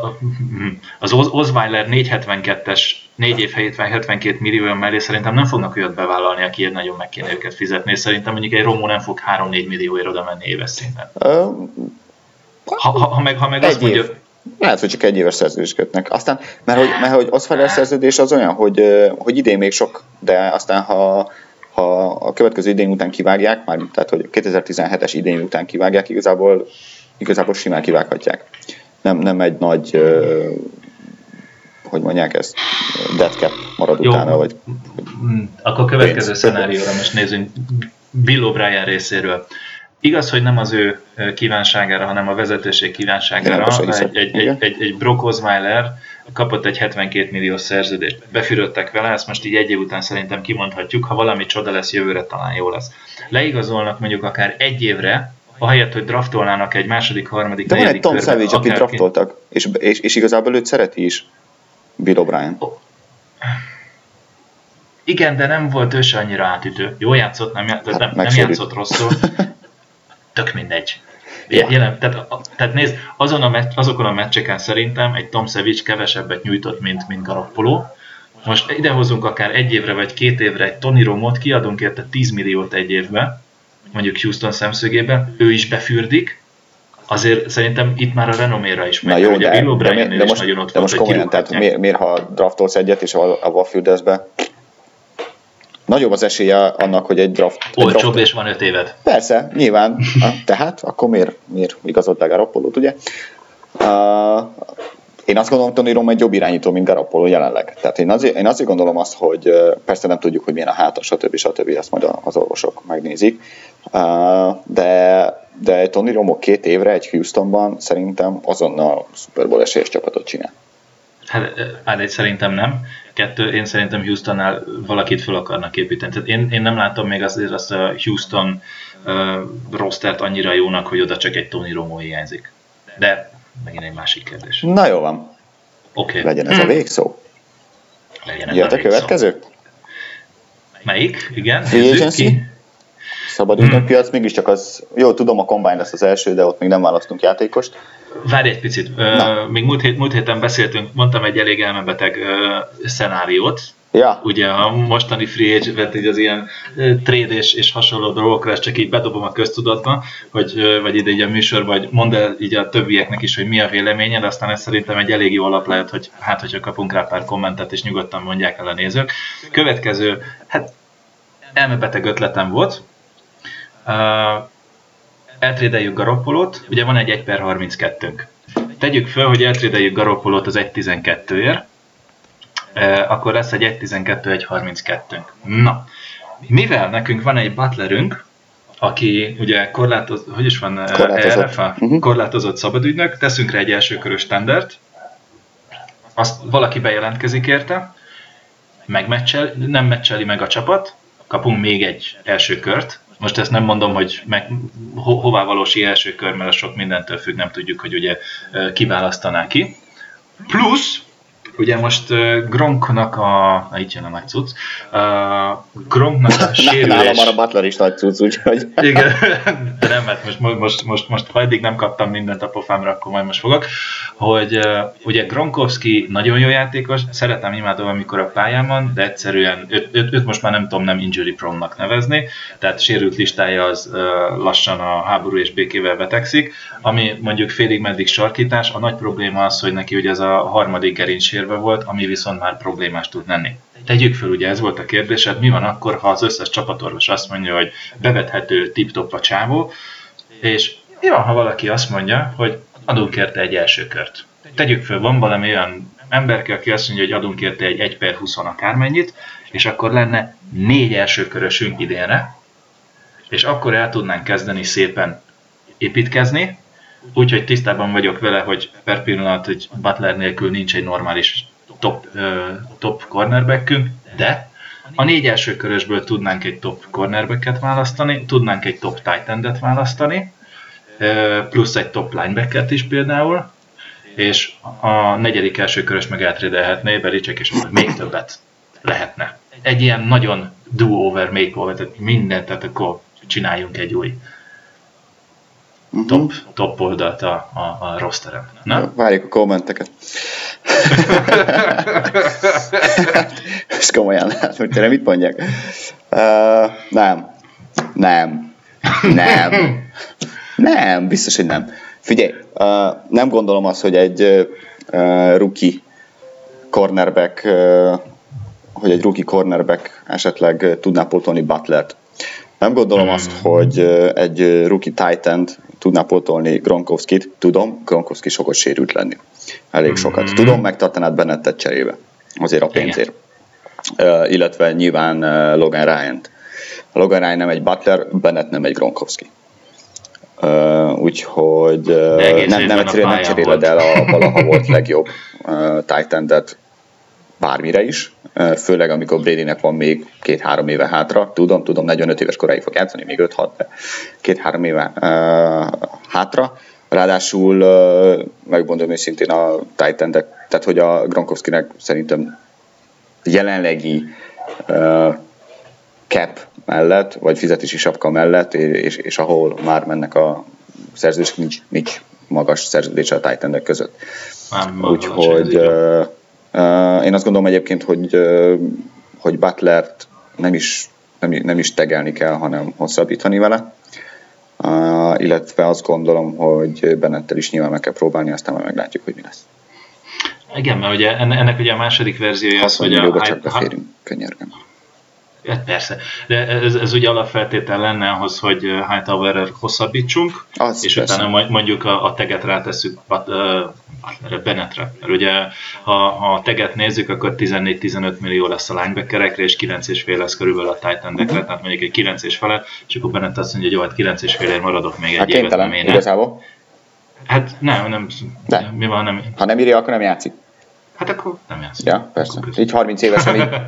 Az Osweiler négyszázhetvenkettes, négy év helyett hetvenkét millió mellé szerintem nem fognak olyat bevállalni, aki nagyon meg kéne őket fizetni, és szerintem mondjuk egy Romo nem fog három-négy millióért oda menni éves szinten. Ha, ha, ha meg, ha meg azt mondja... Lehet, hogy csak egy éves szerződést kötnek. Aztán, mert hogy, mert hogy Osweiler szerződés az olyan, hogy, hogy idén még sok, de aztán ha, ha a következő idén után kivágják, már, tehát hogy kétezer-tizenhetes idén után kivágják, igazából, igazából simán kivághatják. Nem, nem egy nagy, hogy mondják ezt, dead cap marad Jó. utána, vagy... Akkor a következő szenárióra most nézzünk Bill O'Brien részéről. Igaz, hogy nem az ő kívánságára, hanem a vezetőség kívánságára. Egy, egy, egy, egy, egy Brock Osweiler kapott egy hetvenkét milliós szerződést. Befürödtek vele, ezt most így egy év után szerintem kimondhatjuk, ha valami csoda lesz, jövőre talán jó lesz. Leigazolnak mondjuk akár egy évre, ahelyett, hogy draftolnának egy második, harmadik, de negyedik körbe. De van egy Tom Savage, akit draftoltak, és, és, és igazából őt szereti is Bill O'Brien. Oh. Igen, de nem volt ő se annyira átütő. Jól játszott, nem, hát nem, nem játszott rosszul. Tök mindegy. Ja. Jelen, tehát, tehát nézd, azon a meccs, azokon a meccseken szerintem egy Tom Savage kevesebbet nyújtott, mint, mint Garoppolo. Most idehozunk akár egy évre vagy két évre egy Tony Romot, kiadunk érte tíz milliót egy évbe, mondjuk Houston szemszögében, ő is befürdik, azért szerintem itt már a renoméra is megy. Na jó, de, de, de, de, most, ott de most komolyan, tehát miért, miért ha draftolsz egyet, és a Waffildesbe nagyobb az esélye annak, hogy egy draft... Olcsóbb draft... és van öt évet. Persze, nyilván. Tehát akkor miért, miért igazolt be Garoppolót, ugye? Uh, én azt gondolom, Tony Romo egy jobb irányító, mint Garoppolo jelenleg. Tehát én azért, én azért gondolom azt, hogy persze nem tudjuk, hogy milyen a háta, stb. stb. Ezt majd az orvosok megnézik. Uh, de, de Tony Romo két évre egy Houstonban szerintem azonnal Super Bowl esélyes csapatot csinál. Hát, hát egy szerintem nem. Kettő, én szerintem Houstonnál valakit fel akarnak építeni. Tehát én, én nem látom még azért azt a Houston uh, rostert annyira jónak, hogy oda csak egy Tony Romo hiányzik. De megint egy másik kérdés. Na jó van. Okay. Legyen ez a végszó. Legyen ez Jött a, a következő? Melyik? Igen? Free Agency? Szabadügynök hmm. piac, mégiscsak az, jó, tudom, a Combine lesz az első, de ott még nem választunk játékost. Várj egy picit, uh, még múlt, hét, múlt héten beszéltünk, mondtam egy elég elmebeteg uh, szenáriót, Ja. Ugye a mostani free agent, így az ilyen trade és, és hasonló dolgokra, ezt csak így bedobom a köztudatba, hogy, vagy ide így a műsorban, vagy mondd el így a többieknek is, hogy mi a véleményed, aztán ez szerintem egy elég jó alap lehet, hogy hát, hogyha kapunk rá pár kommentet, és nyugodtan mondják el a nézők. Következő, hát elmebeteg ötletem volt. Uh, eltrédeljük Garoppolót, ugye van egy egy per harminckettőnk. Tegyük föl, hogy eltrédeljük Garoppolót az egy tizenkettőért, uh, akkor lesz egy egy tizenkettő egy harminckettőnk. Na, mivel nekünk van egy butlerünk, aki ugye korlátoz, hogy is van, korlátozott, E R F A? Uh-huh. korlátozott szabadügynök, teszünk rá egy elsőkörös standard, azt valaki bejelentkezik érte, megmeccsel, nem meccseli meg a csapat, kapunk még egy első kört. Most ezt nem mondom, hogy meg, ho, hová valósi első kör, mert az sok mindentől függ, nem tudjuk, hogy ugye kiválasztaná ki. Plusz, ugye most uh, Gronknak a... Na, itt jön a nagy cucc. Uh, Gronknak a sérülés... Nálam már a Butler is nagy cucc, úgyhogy... Igen, de nem, mert most, most, most, most ha eddig nem kaptam mindent a pofámra, akkor majd most fogok. Hogy uh, ugye Gronkowski nagyon jó játékos, szeretem, imádom, amikor a pályán van, de egyszerűen őt, őt, őt most már nem tudom nem injury prone-nak nevezni, tehát sérült listája az uh, lassan a háború és békével betegszik, ami mondjuk félig meddig sarkítás. A nagy probléma az, hogy neki ugye ez a harmadik gerincsérve volt, ami viszont már problémás tud lenni. Tegyük föl, ugye ez volt a kérdésed, mi van akkor, ha az összes csapatorvos azt mondja, hogy bevethető tip-top a csávó, és mi van, ha valaki azt mondja, hogy adunk érte egy első kört. Tegyük föl, van valami olyan emberke, aki azt mondja, hogy adunk érte egy egy per húsz akármennyit, és akkor lenne négy elsőkörösünk idénre, és akkor el tudnánk kezdeni szépen építkezni, úgyhogy tisztában vagyok vele, hogy per pillanat, hogy Butler nélkül nincs egy normális top, uh, top cornerbackünk, de a négy első körösből tudnánk egy top cornerbacket választani, tudnánk egy top tight endet választani, uh, plusz egy top linebackert is például, és a negyedik első körös meg eltrédelhetné Belichick, és még többet lehetne. Egy ilyen nagyon do-over, makeover, tehát mindent, tehát akkor csináljunk egy új top, top oldalt a, a, a rosteren. Na? Várjuk a kommenteket. És komolyan, hát hogy tényleg mit mondjak? Uh, nem. Nem. Nem. Nem, biztos, hogy nem. Figyelj, uh, nem gondolom azt, hogy egy uh, rookie cornerback, uh, hogy egy rookie cornerback esetleg tudná pótolni Butlert. Nem gondolom azt, hogy egy rookie tight end tudná pótolni Gronkowskit. Tudom, Gronkowski sokat sérült lenni. Elég sokat. Tudom, megtartanád Bennettet cserébe. Azért a pénzért. Uh, illetve nyilván uh, Logan Ryan-t. Logan Ryan nem egy Butler, Bennett nem egy Gronkowski. Uh, úgyhogy uh, nem, nem egyszerűen nem cseréled el a valaha volt legjobb uh, tight endet bármire is, főleg amikor Bradynek van még két-három éve hátra, tudom, tudom, negyvenöt éves koráig fog játszani, még öt-hat, de két-három éve uh, hátra. Ráadásul uh, megmondom őszintén a tight endek, tehát hogy a Gronkowskinek szerintem jelenlegi uh, cap mellett, vagy fizetési sapka mellett, és, és ahol már mennek a szerződések, nincs, nincs magas szerződés a tight endek között. Úgyhogy uh, Uh, én azt gondolom egyébként, hogy, uh, hogy Butlert nem is, nem, nem is tegelni kell, hanem hosszabbítani vele. Uh, illetve azt gondolom, hogy Bennettel is nyilván meg kell próbálni, aztán majd meglátjuk, hogy mi lesz. Igen, mert ugye ennek ugye a második verziója az, hogy a... csak beférünk, könyörgöm. Ja, persze, de ez, ez ugye alapfeltétel lenne ahhoz, hogy Hightowerrel hosszabbítsunk, az és persze. Utána mondjuk a, a teget rátesszük uh, Bennettre. Mert ugye ha, ha a teget nézzük, akkor tizennégy-tizenöt millió lesz a linebackerekre, és kilenc és fél lesz körülbelül a tight endekre, uh-huh. Tehát mondjuk egy kilenc és fele, és akkor Bennett azt mondja, hogy jó, hát kilenc és félért maradok még hát egy évet, nem én. Igazából? Hát nem, nem, de. Mi van, nem. Ha nem írja, akkor nem játszik. Hát akkor nem játszik. Ja, persze. Így harminc évesen így.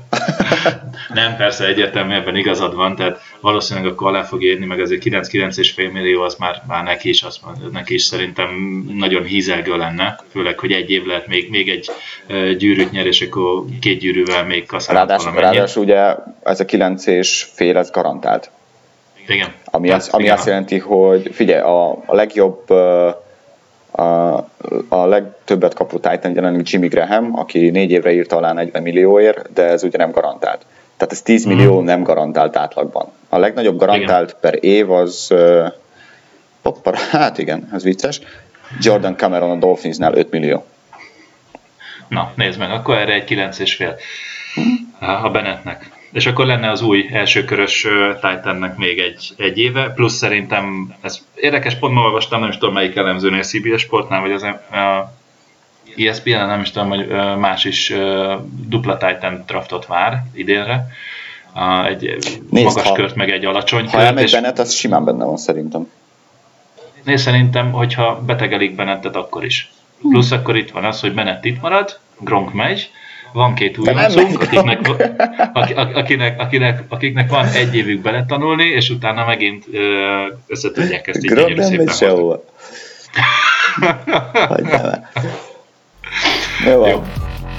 Nem, persze, egyértelműen ebben igazad van, tehát valószínűleg akkor alá fog érni, meg azért kilenc-kilenc és fél millió az már, már neki is, az, neki is szerintem nagyon hízelgő lenne, főleg, hogy egy év lehet még, még egy gyűrűt nyer, és akkor két gyűrűvel még kaszálhat valamennyit. Ráadásul ugye ez a kilenc és fél, ez garantált. Igen. Ami, az, ami igen. Azt jelenti, hogy figyelj, a, a legjobb A, a legtöbbet kapott Titan jelenleg Jimmy Graham, aki négy évre írta alá negyven millióért, de ez ugye nem garantált. Tehát ez tíz millió mm. nem garantált átlagban. A legnagyobb garantált igen. per év az, uh, hoppar, hát igen, ez vicces, Jordan Cameron a Dolphinsnál öt millió. Na, nézd meg, akkor erre egy kilenc és fél a Bennettnek. És akkor lenne az új elsőkörös Titannek még egy, egy éve, plusz szerintem, ez érdekes, pont ma olvastam, nem is tudom melyik elemzőnél, cé bé es Sportnál, vagy az é es pé en, nem is tudom, hogy más is dupla Titan draftot vár idénre. Egy nézd, magas ha, kört, meg egy alacsony ha kört. Ha elmegy Bennett, az simán benne van szerintem. Nézd, szerintem, hogyha betegelik Bennettet, akkor is. Plusz akkor itt van az, hogy Bennett itt marad, Gronk megy, van két újoncunk, akiknek, akinek, akinek, akiknek van egy évük beletanulni, és utána megint összetudják ezt így gyönyörű szépen hozni. Hagyjál el. Jó van. Jó.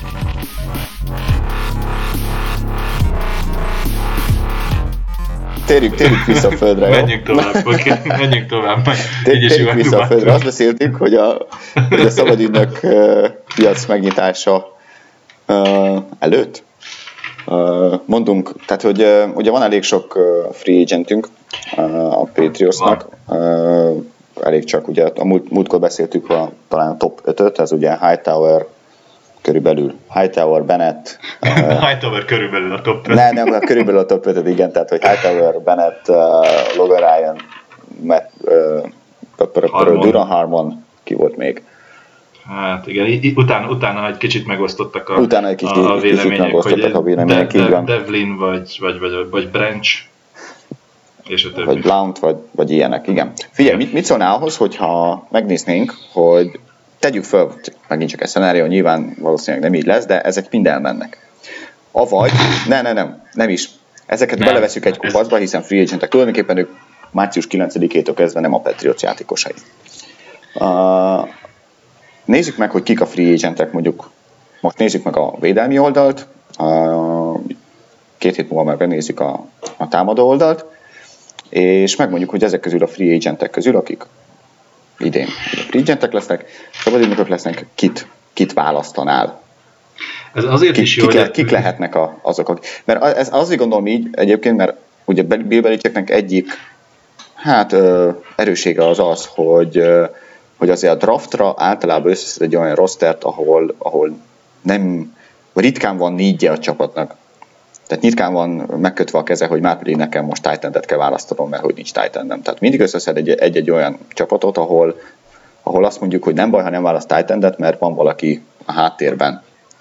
Térjük, térjük vissza a földre, jó? Menjünk tovább, oké, okay. Menjünk tovább. Térjük, térjük vissza a földre. Azt beszéltük, hogy a, hogy a szabadügynök uh, piac megnyitása uh, előtt uh, mondunk, tehát hogy uh, ugye van elég sok uh, free agentünk uh, a Patriotsnak, uh, elég csak ugye, a múlt, múltkor beszéltük a, talán a top ötöt, ez ugye Hightower, körülbelül Hightower, Bennett. Uh, Hightower körülbelül a top öt. Nem, nem, körülbelül a top ötöt, igen, tehát hogy Hightower, Bennett, uh, Logan Ryan, Matt, uh, Duran Harmon, ki volt még? Hát igen, utána, utána egy kicsit megosztottak a, utána egy kicsit, a vélemények, hogy a vélemények de, de, Devlin vagy, vagy, vagy, vagy Branch, és a többi. Vagy Blount, vagy, vagy ilyenek, igen. Figyelj, mit, mit szólnál ahhoz, hogyha megnéznénk, hogy tegyük föl, megint csak egy szenárió, nyilván valószínűleg nem így lesz, de ezek mind elmennek. Avagy, ne, ne, nem, nem is. Ezeket nem, beleveszünk egy kupacba, hiszen free agentek, tulajdonképpen ők március kilencedikétől kezdve nem a Patriots játékosai. Uh, nézzük meg, hogy kik a free agentek, mondjuk most nézzük meg a védelmi oldalt, uh, két hét múlva már benézzük a, a támadó oldalt, és megmondjuk, hogy ezek közül a free agentek közül, akik idén free agentek lesznek, szabadügynökök lesznek, kit, kit választanál? Ez azért kik, is jó, kik, le, kik lehetnek a, azok, akik... Mert ez azért gondolom így egyébként, mert ugye Bill Belichicknek egyik hát ö, erősége az az, hogy, ö, hogy azért a draftra általában összeszed egy olyan rostert, ahol, ahol nem, ritkán van needje a csapatnak. Tehát ritkán van megkötve a keze, hogy már pedig nekem most tight endet kell választanom, mert hogy nincs tight endem. Tehát mindig összeszed egy, egy-egy olyan csapatot, ahol, ahol azt mondjuk, hogy nem baj, ha nem választ tight endet, mert van valaki a háttérben.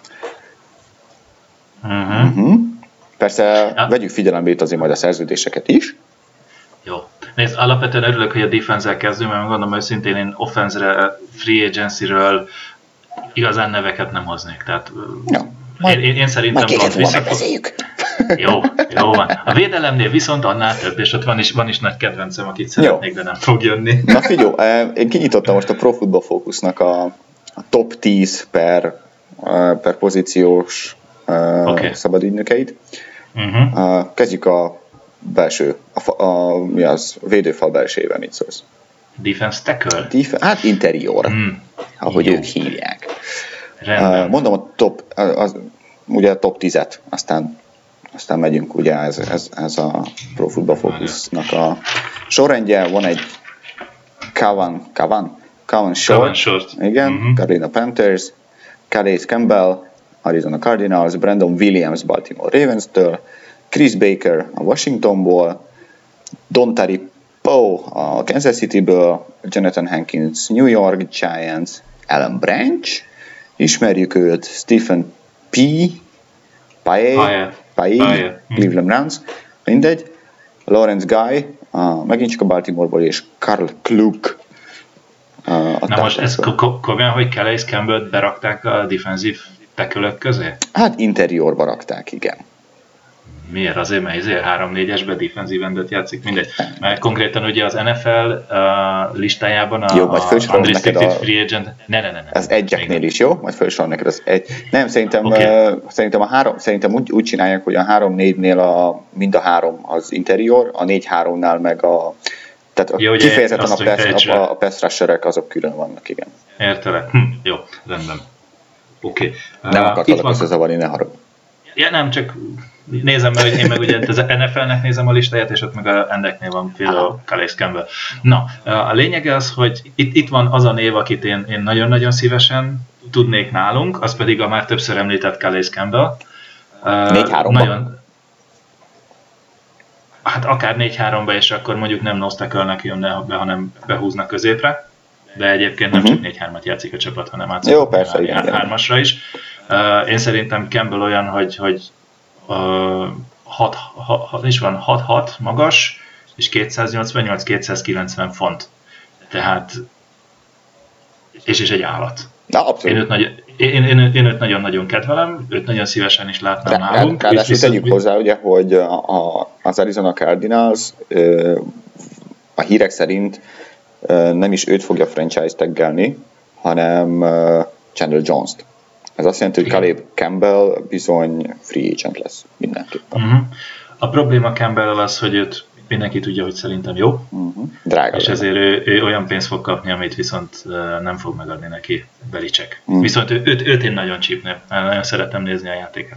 Uh-huh. Uh-huh. Persze ja. Vegyük figyelembe itt azért majd a szerződéseket is. Jó. Nézd, alapvetően örülök, hogy a defense-el kezdünk, mert gondolom őszintén én offense-re, free agency-ről igazán neveket nem hoznék. Tehát ja. Én, én, én szerintem Blount visszafog... Jó, jó van. A védelemnél viszont annál több, és ott van is, van is nagy kedvencem, akit szeretnék, jó. De nem fog jönni. Na figyelj, én kinyitottam most a Pro Football Focusnak a, a top tíz per, per pozíciós okay. szabadügynökeit. Uh-huh. Kezdjük a belső, a, a, mi az, a védőfal belsőjével, mit szólsz? Defense tackle? Def- hát interior, mm. ahogy jó. Ők hívják. Rendben. Mondom a top, az, ugye a top tízet, aztán, aztán megyünk, ugye ez, ez, ez a Pro Football Focusnak a sorrendje, van egy Kavan, Kavan? Kavan Short, Kavan Short. Igen, uh-huh. Carolina Panthers, Calais Campbell, Arizona Cardinals, Brandon Williams, Baltimore Ravens-től, Chris Baker a Washingtonból, Dontari Poe a Kansas Cityből, Jonathan Hankins New York Giants, Alan Branch, ismerjük őt, Stephen P. Paye, Paye, Cleveland Browns, mindegy, Lawrence Guy, a, megint csak a Baltimoreból, és Carl Kluk. A Na most ez komolyan, hogy Calais Campbell-t berakták a defensív tekölök közé? Hát interiorba rakták, igen. Miért? Azért, mert ezért három-négyesben defensív endet játszik, mindegy. Mert konkrétan ugye az en ef el uh, listájában a, jó, majd a unrestricted a... free agent... Ne, ne, ne, ne. Az egyeknél is, jó? Majd felsorol neked az egy... Nem, szerintem, okay. uh, szerintem, a három, szerintem úgy, úgy csinálják, hogy a három-négynél a, mind a három az interior, a négy-háromnál meg a Tehát ja, kifejezetten a pass, a, a pass rusherek azok külön vannak, igen. Értelek. Hm, jó, rendben. Oké. Okay. Nem uh, akartalak összezavarni, ne haragudj. Ja, nem, csak nézem meg, hogy én meg ugye az en ef el-nek nézem a listáját, és ott meg a endeknél van például Calais Campbell. Na, a lényege az, hogy itt, itt van az a név, akit én, én nagyon-nagyon szívesen tudnék nálunk, az pedig a már többször említett Calais Campbell. négy háromban. Nagyon... Hát akár négy háromba, és akkor mondjuk nem nose-tackle-nek jönne be, hanem behúznak középre. De egyébként nem uh-huh. csak négy hármat játszik a csapat, hanem átszokott hármasra is. Uh, én szerintem Campbell olyan, hogy, hogy uh, hat, hat, is van hat hat magas, és kétszáznyolcvannyolc kétszázkilencven font. Tehát, és is egy állat. Na, abszolút. Én őt, nagy, én, én, én őt nagyon-nagyon kedvelem, őt nagyon szívesen is látnám Rá, nálunk. Ráadásul tegyük hozzá, ugye, hogy a, a, az Arizona Cardinals a hírek szerint nem is őt fogja franchise taggelni, hanem Chandler Jones-t. Ez azt jelenti, hogy Calais Campbell bizony free agent lesz mindenképpen. Uh-huh. A probléma Campbell az, hogy őt mindenki tudja, hogy szerintem jó, uh-huh. Drága. És ezért ő, ő olyan pénzt fog kapni, amit viszont nem fog megadni neki Belichick. Uh-huh. Viszont ő, őt, őt én nagyon csípném, nagyon szeretem nézni a játékát.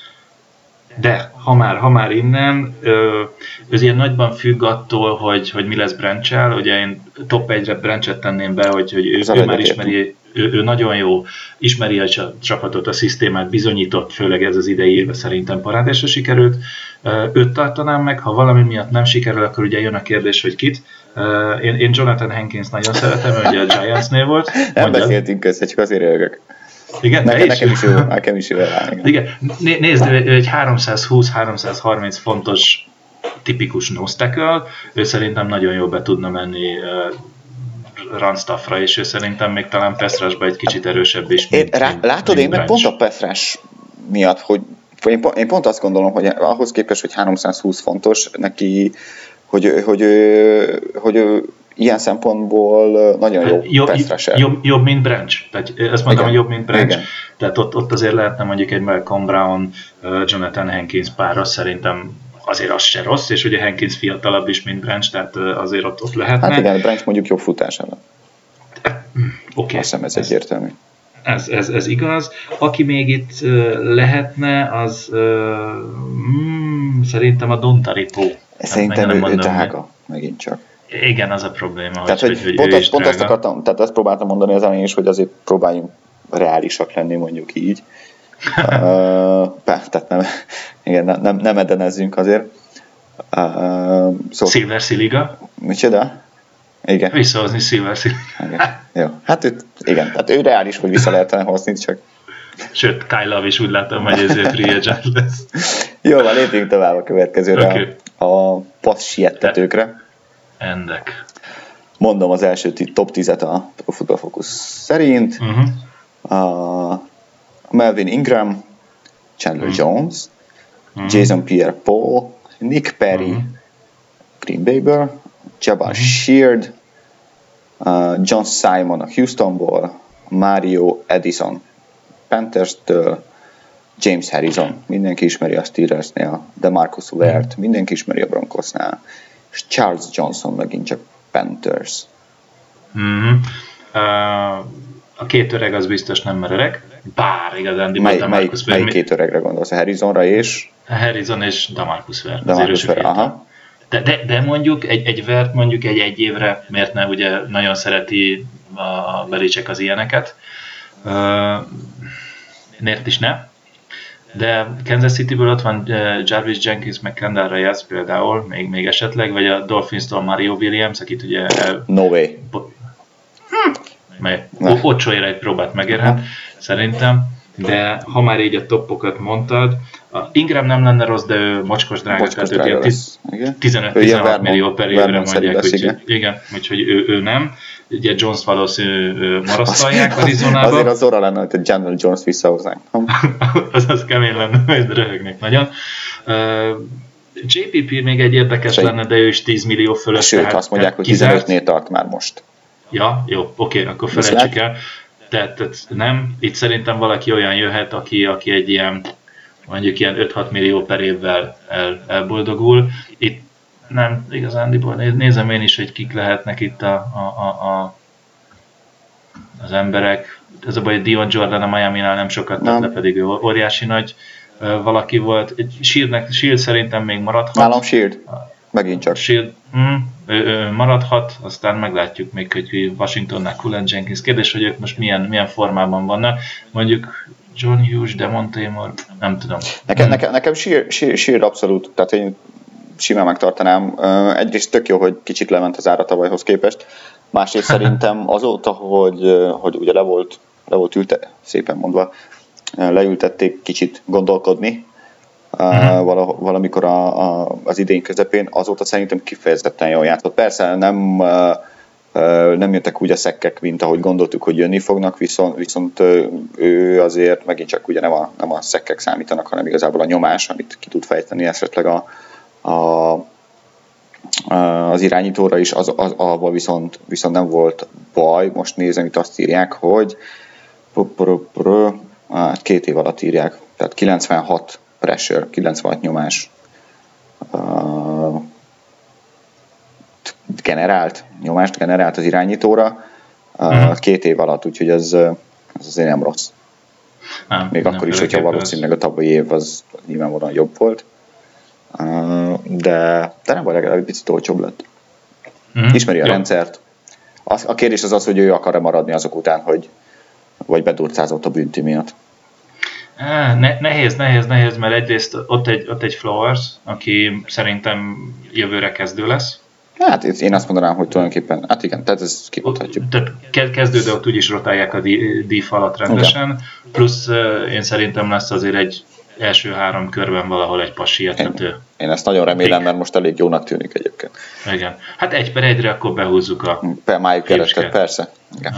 De, ha már, ha már innen, ez ilyen nagyban függ attól, hogy, hogy mi lesz Branch-el. Ugye én top egyre Branch-et tenném be, hogy, hogy ő, ő már ismeri, ő, ő nagyon jó, ismeri a csapatot, a szisztémát, bizonyított, főleg ez az idei évben szerintem parádésra sikerült. Őt tartanám meg, ha valami miatt nem sikerül, akkor ugye jön a kérdés, hogy kit. Én, én Jonathan Hankins nagyon szeretem, ugye a Giantsnél volt. Nem mondjad. Beszéltünk össze, csak azért örgök. Igen, nekem, nekem is jó, nekem is jó rá. Igen. Nézd, ő egy háromszázhúsz háromszázharminc fontos tipikus nose tackle, ő szerintem nagyon jól be tudna menni uh, run stuffra, és ő szerintem még talán pass rushba egy kicsit erősebb is. Mint, rá, mint, látod, mint én meg pont a pass rush miatt, hogy én pont, én pont azt gondolom, hogy ahhoz képest, hogy háromszázhúsz fontos, neki, hogy, hogy, hogy, hogy ő ilyen szempontból nagyon jó, jobb, pass rusher. Jobb, jobb, mint Branch. Tehát ezt mondom, hogy jobb, mint Branch. Igen. Tehát ott, ott azért lehetne mondjuk egy Malcolm Brown, Jonathan Hankins páros, szerintem azért az se rossz, és ugye Hankins fiatalabb is, mint Branch, tehát azért ott, ott lehetne. Hát igen, Branch mondjuk jobb futása van. Oké. Azt hiszem ez egyértelmű. Ez, ez, ez igaz. Aki még itt uh, lehetne, az uh, mm, szerintem a Dontaripo. Szerintem ő, ő drága, megint csak. Igen, az a probléma, tehát, hogy, hogy, pont, ő azt, pont azt akartam, tehát azt próbáltam mondani az elején is, hogy azért próbáljunk reálisak lenni, mondjuk így. uh, tehát nem, igen, nem, nem edenezzünk azért. Uh, szóval, Silver Siliga? Micsoda? Igen. Visszahozni Silver Siliga. Jó, hát ő, igen, tehát ő reális, hogy vissza lehetne hozni, csak... Sőt, Kyle Love is úgy látom, hogy ezért free agent lesz. Jó, van, lépjünk tovább a következőre, okay. a, a passz siettetőkre. Endek. Mondom az első top tízet a Pro Football Focus szerint. Uh-huh. A Melvin Ingram, Chandler uh-huh. Jones, uh-huh. Jason Pierre-Paul, Nick Perry, uh-huh. Green Bay-ből, Jabbar uh-huh. Sheard, uh, John Simon a Houstonból, Mario Edison Panthers-től, James Harrison, mindenki ismeri a Steelersnél, DeMarcus Ware, mindenki ismeri a Broncosnál, és Charles Johnson megint csak Panthers. Mm-hmm. Uh, a két öreg az biztos nem mer öreg, bár igazán Mely, DeMarcus Ware. Melyik két öregre gondolsz? A Harrisonra és? A Harrison és DeMarcus Ware. DeMarcus Ware, aha. De, de, de mondjuk egy, egy Ware mondjuk egy egy évre, miért ne, ugye nagyon szereti a Belichick az ilyeneket. Uh, miért is ne? De Kansas Cityből ott van uh, Jarvis Jenkins, meg Kendall Reyes például, még, még esetleg, vagy a Dolphins-tól Mario Williams, akit ugye... Uh, no way. Bo- hm, mely Ocsóért egy próbát megérhet, uh-huh. szerintem. De ha már így a toppokat mondtad, a Ingram nem lenne rossz, de ő mocskos drága, mocskos tehát drága tiz, tizenöt-tizenhat millió per évre mondják, úgyhogy igen, úgyhogy ő, ő nem. Ugye Jones valószínű marasztalják Arizonába. Azért az orra lenne, hogy a General Jones visszahoznánk. az az kemény lenne, majd röhögnék nagyon. Uh, jé pé pé még egy érdekes Sőt. lenne, de ő is tíz millió fölött. Sőt, azt mondják, hogy tizenötnél tart már most. Ja, jó, oké, akkor felejtsük el. Tehát, tehát nem, itt szerintem valaki olyan jöhet, aki, aki egy ilyen, mondjuk ilyen öt-hat millió per évvel el, elboldogul. Itt nem, igazándiból nézem én is, hogy kik lehetnek itt a, a, a, a, az emberek. Ez a baj, hogy Dion Jordan a Miami-nál nem sokat tett le, pedig ő óriási nagy valaki volt. Shield, Shield szerintem még maradhat. Nálam Shield. Megint csak. Shield mm, ő, ő maradhat, aztán meglátjuk még, hogy Washingtonnál Cullen Jenkins. Kérdés, hogy ők most milyen, milyen formában vannak. Mondjuk John Hughes, Demonte Moore, nem tudom. Nekem, hmm. nekem, nekem Shield, Shield, Shield abszolút, tehát én simán megtartanám. Egyrészt tök jó, hogy kicsit lement az ára tavalyhoz képest. Másrészt szerintem azóta, hogy, hogy ugye le volt, le volt ülte, szépen mondva, leültették kicsit gondolkodni, uh-huh. valamikor a, a, az idén közepén, azóta szerintem kifejezetten jól játszott. Persze nem, nem jöttek úgy a szekkek, mint ahogy gondoltuk, hogy jönni fognak, viszont, viszont ő azért megint csak ugye nem a, nem a szekkek számítanak, hanem igazából a nyomás, amit ki tud fejteni esetleg a, a, az irányítóra is, az, az, abban viszont, viszont nem volt baj. Most nézem, itt azt írják, hogy hát két év alatt írják, tehát kilencvenhat pressure, kilencvenhat nyomás uh, generált, nyomást generált az irányítóra uh, mm. két év alatt, úgyhogy ez, ez azért nem rossz. Nem, Még nem akkor is, hogyha valószínűleg a tavalyi év az nyilvánvalóan jobb volt, uh, de, de nem volt, legalább egy picit olcsóbb lett. Mm. Ismeri a Jó. rendszert. Az, a kérdés az az, hogy ő akar-e maradni azok után, hogy vagy bedurcázott a bünti miatt. Ne, nehéz, nehéz, nehéz, mert egyrészt ott egy, ott egy Flowers, aki szerintem jövőre kezdő lesz. Hát én azt mondanám, hogy tulajdonképpen, hát igen, tehát ezt kimondhatjuk. Tehát kezdő, de ott úgyis rotálják a D falat rendesen, igen. Plusz én szerintem lesz azért egy első három körben valahol egy passi értető. Én, én ezt nagyon remélem, mert most elég jónak tűnik egyébként. Igen. Hát egy per egyre akkor behúzzuk a... Per májuk kerestet, persze. Igen.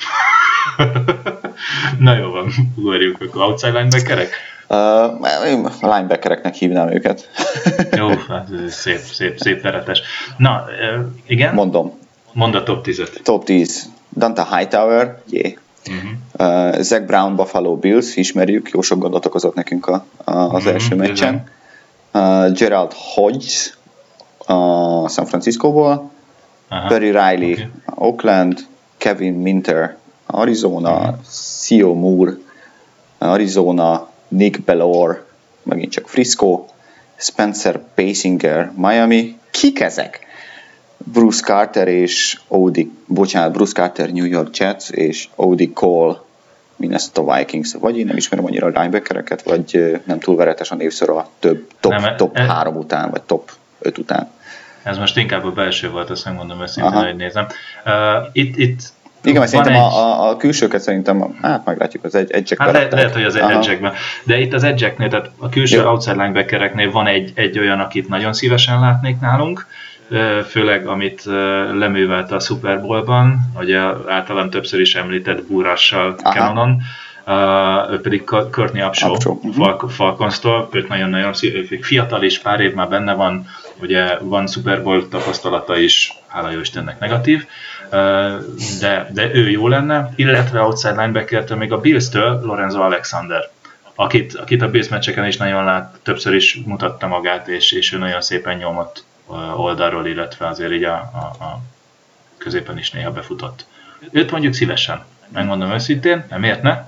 Na jó van, ugorjuk, akkor outside linebackerek? Uh, linebackereknek hívnám őket. Jó, hát ez szép, szép, szép veretes. Na, igen? Mondom. Mondd a top tízet. Top tíz. Dante Hightower, jé. Yeah. Uh-huh. Uh, Zach Brown, Buffalo Bills, ismerjük, jó sok gondot okozott nekünk a, a, az uh-huh, első meccsen. Uh, Gerald Hodges, uh, San Franciscóból. Uh-huh. Perry Riley, okay. Oakland. Kevin Minter, Arizona, uh-huh. Sio Moore, Arizona, Nick Bellore, megint csak Frisco, Spencer Basinger, Miami. Kik ezek? Bruce Carter és Odie, bocsánat, Bruce Carter, New York Jets és Odie Cole, Minnesota Vikings. Vagy én nem ismerem annyira a linebackereket, vagy nem túl veretes a névszor a több top, nem, top e- három után, vagy top öt után. Ez most inkább a belső volt, azt megmondom őszintén, hogy nézem. Uh, itt, itt Igen, mert szerintem egy... a, a külsőket szerintem, hát meglátjuk az egy edge-ekben. Hát le, lehet, hogy az edge-ekben. De itt az edge-eknél, tehát a külső Jó. outside linebackereknél van egy, egy olyan, akit nagyon szívesen látnék nálunk, főleg amit leművelt a Super Bowl-ban, ugye általán többször is említett Búrással Cannonon, Uh, ő pedig Courtney Upshaw, Upshaw. Falcons-tól, őt nagyon-nagyon fiatal és pár év már benne van, ugye van Super Bowl tapasztalata is, hála jó Istennek negatív, uh, de, de ő jó lenne, illetve outside linebacker-től még a Bills-től Lorenzo Alexander, akit, akit a Bills meccseken is nagyon lát, többször is mutatta magát, és, és ő nagyon szépen nyomott oldalról, illetve azért így a, a, a középen is néha befutott. Őt mondjuk szívesen, megmondom őszintén, nem miért ne?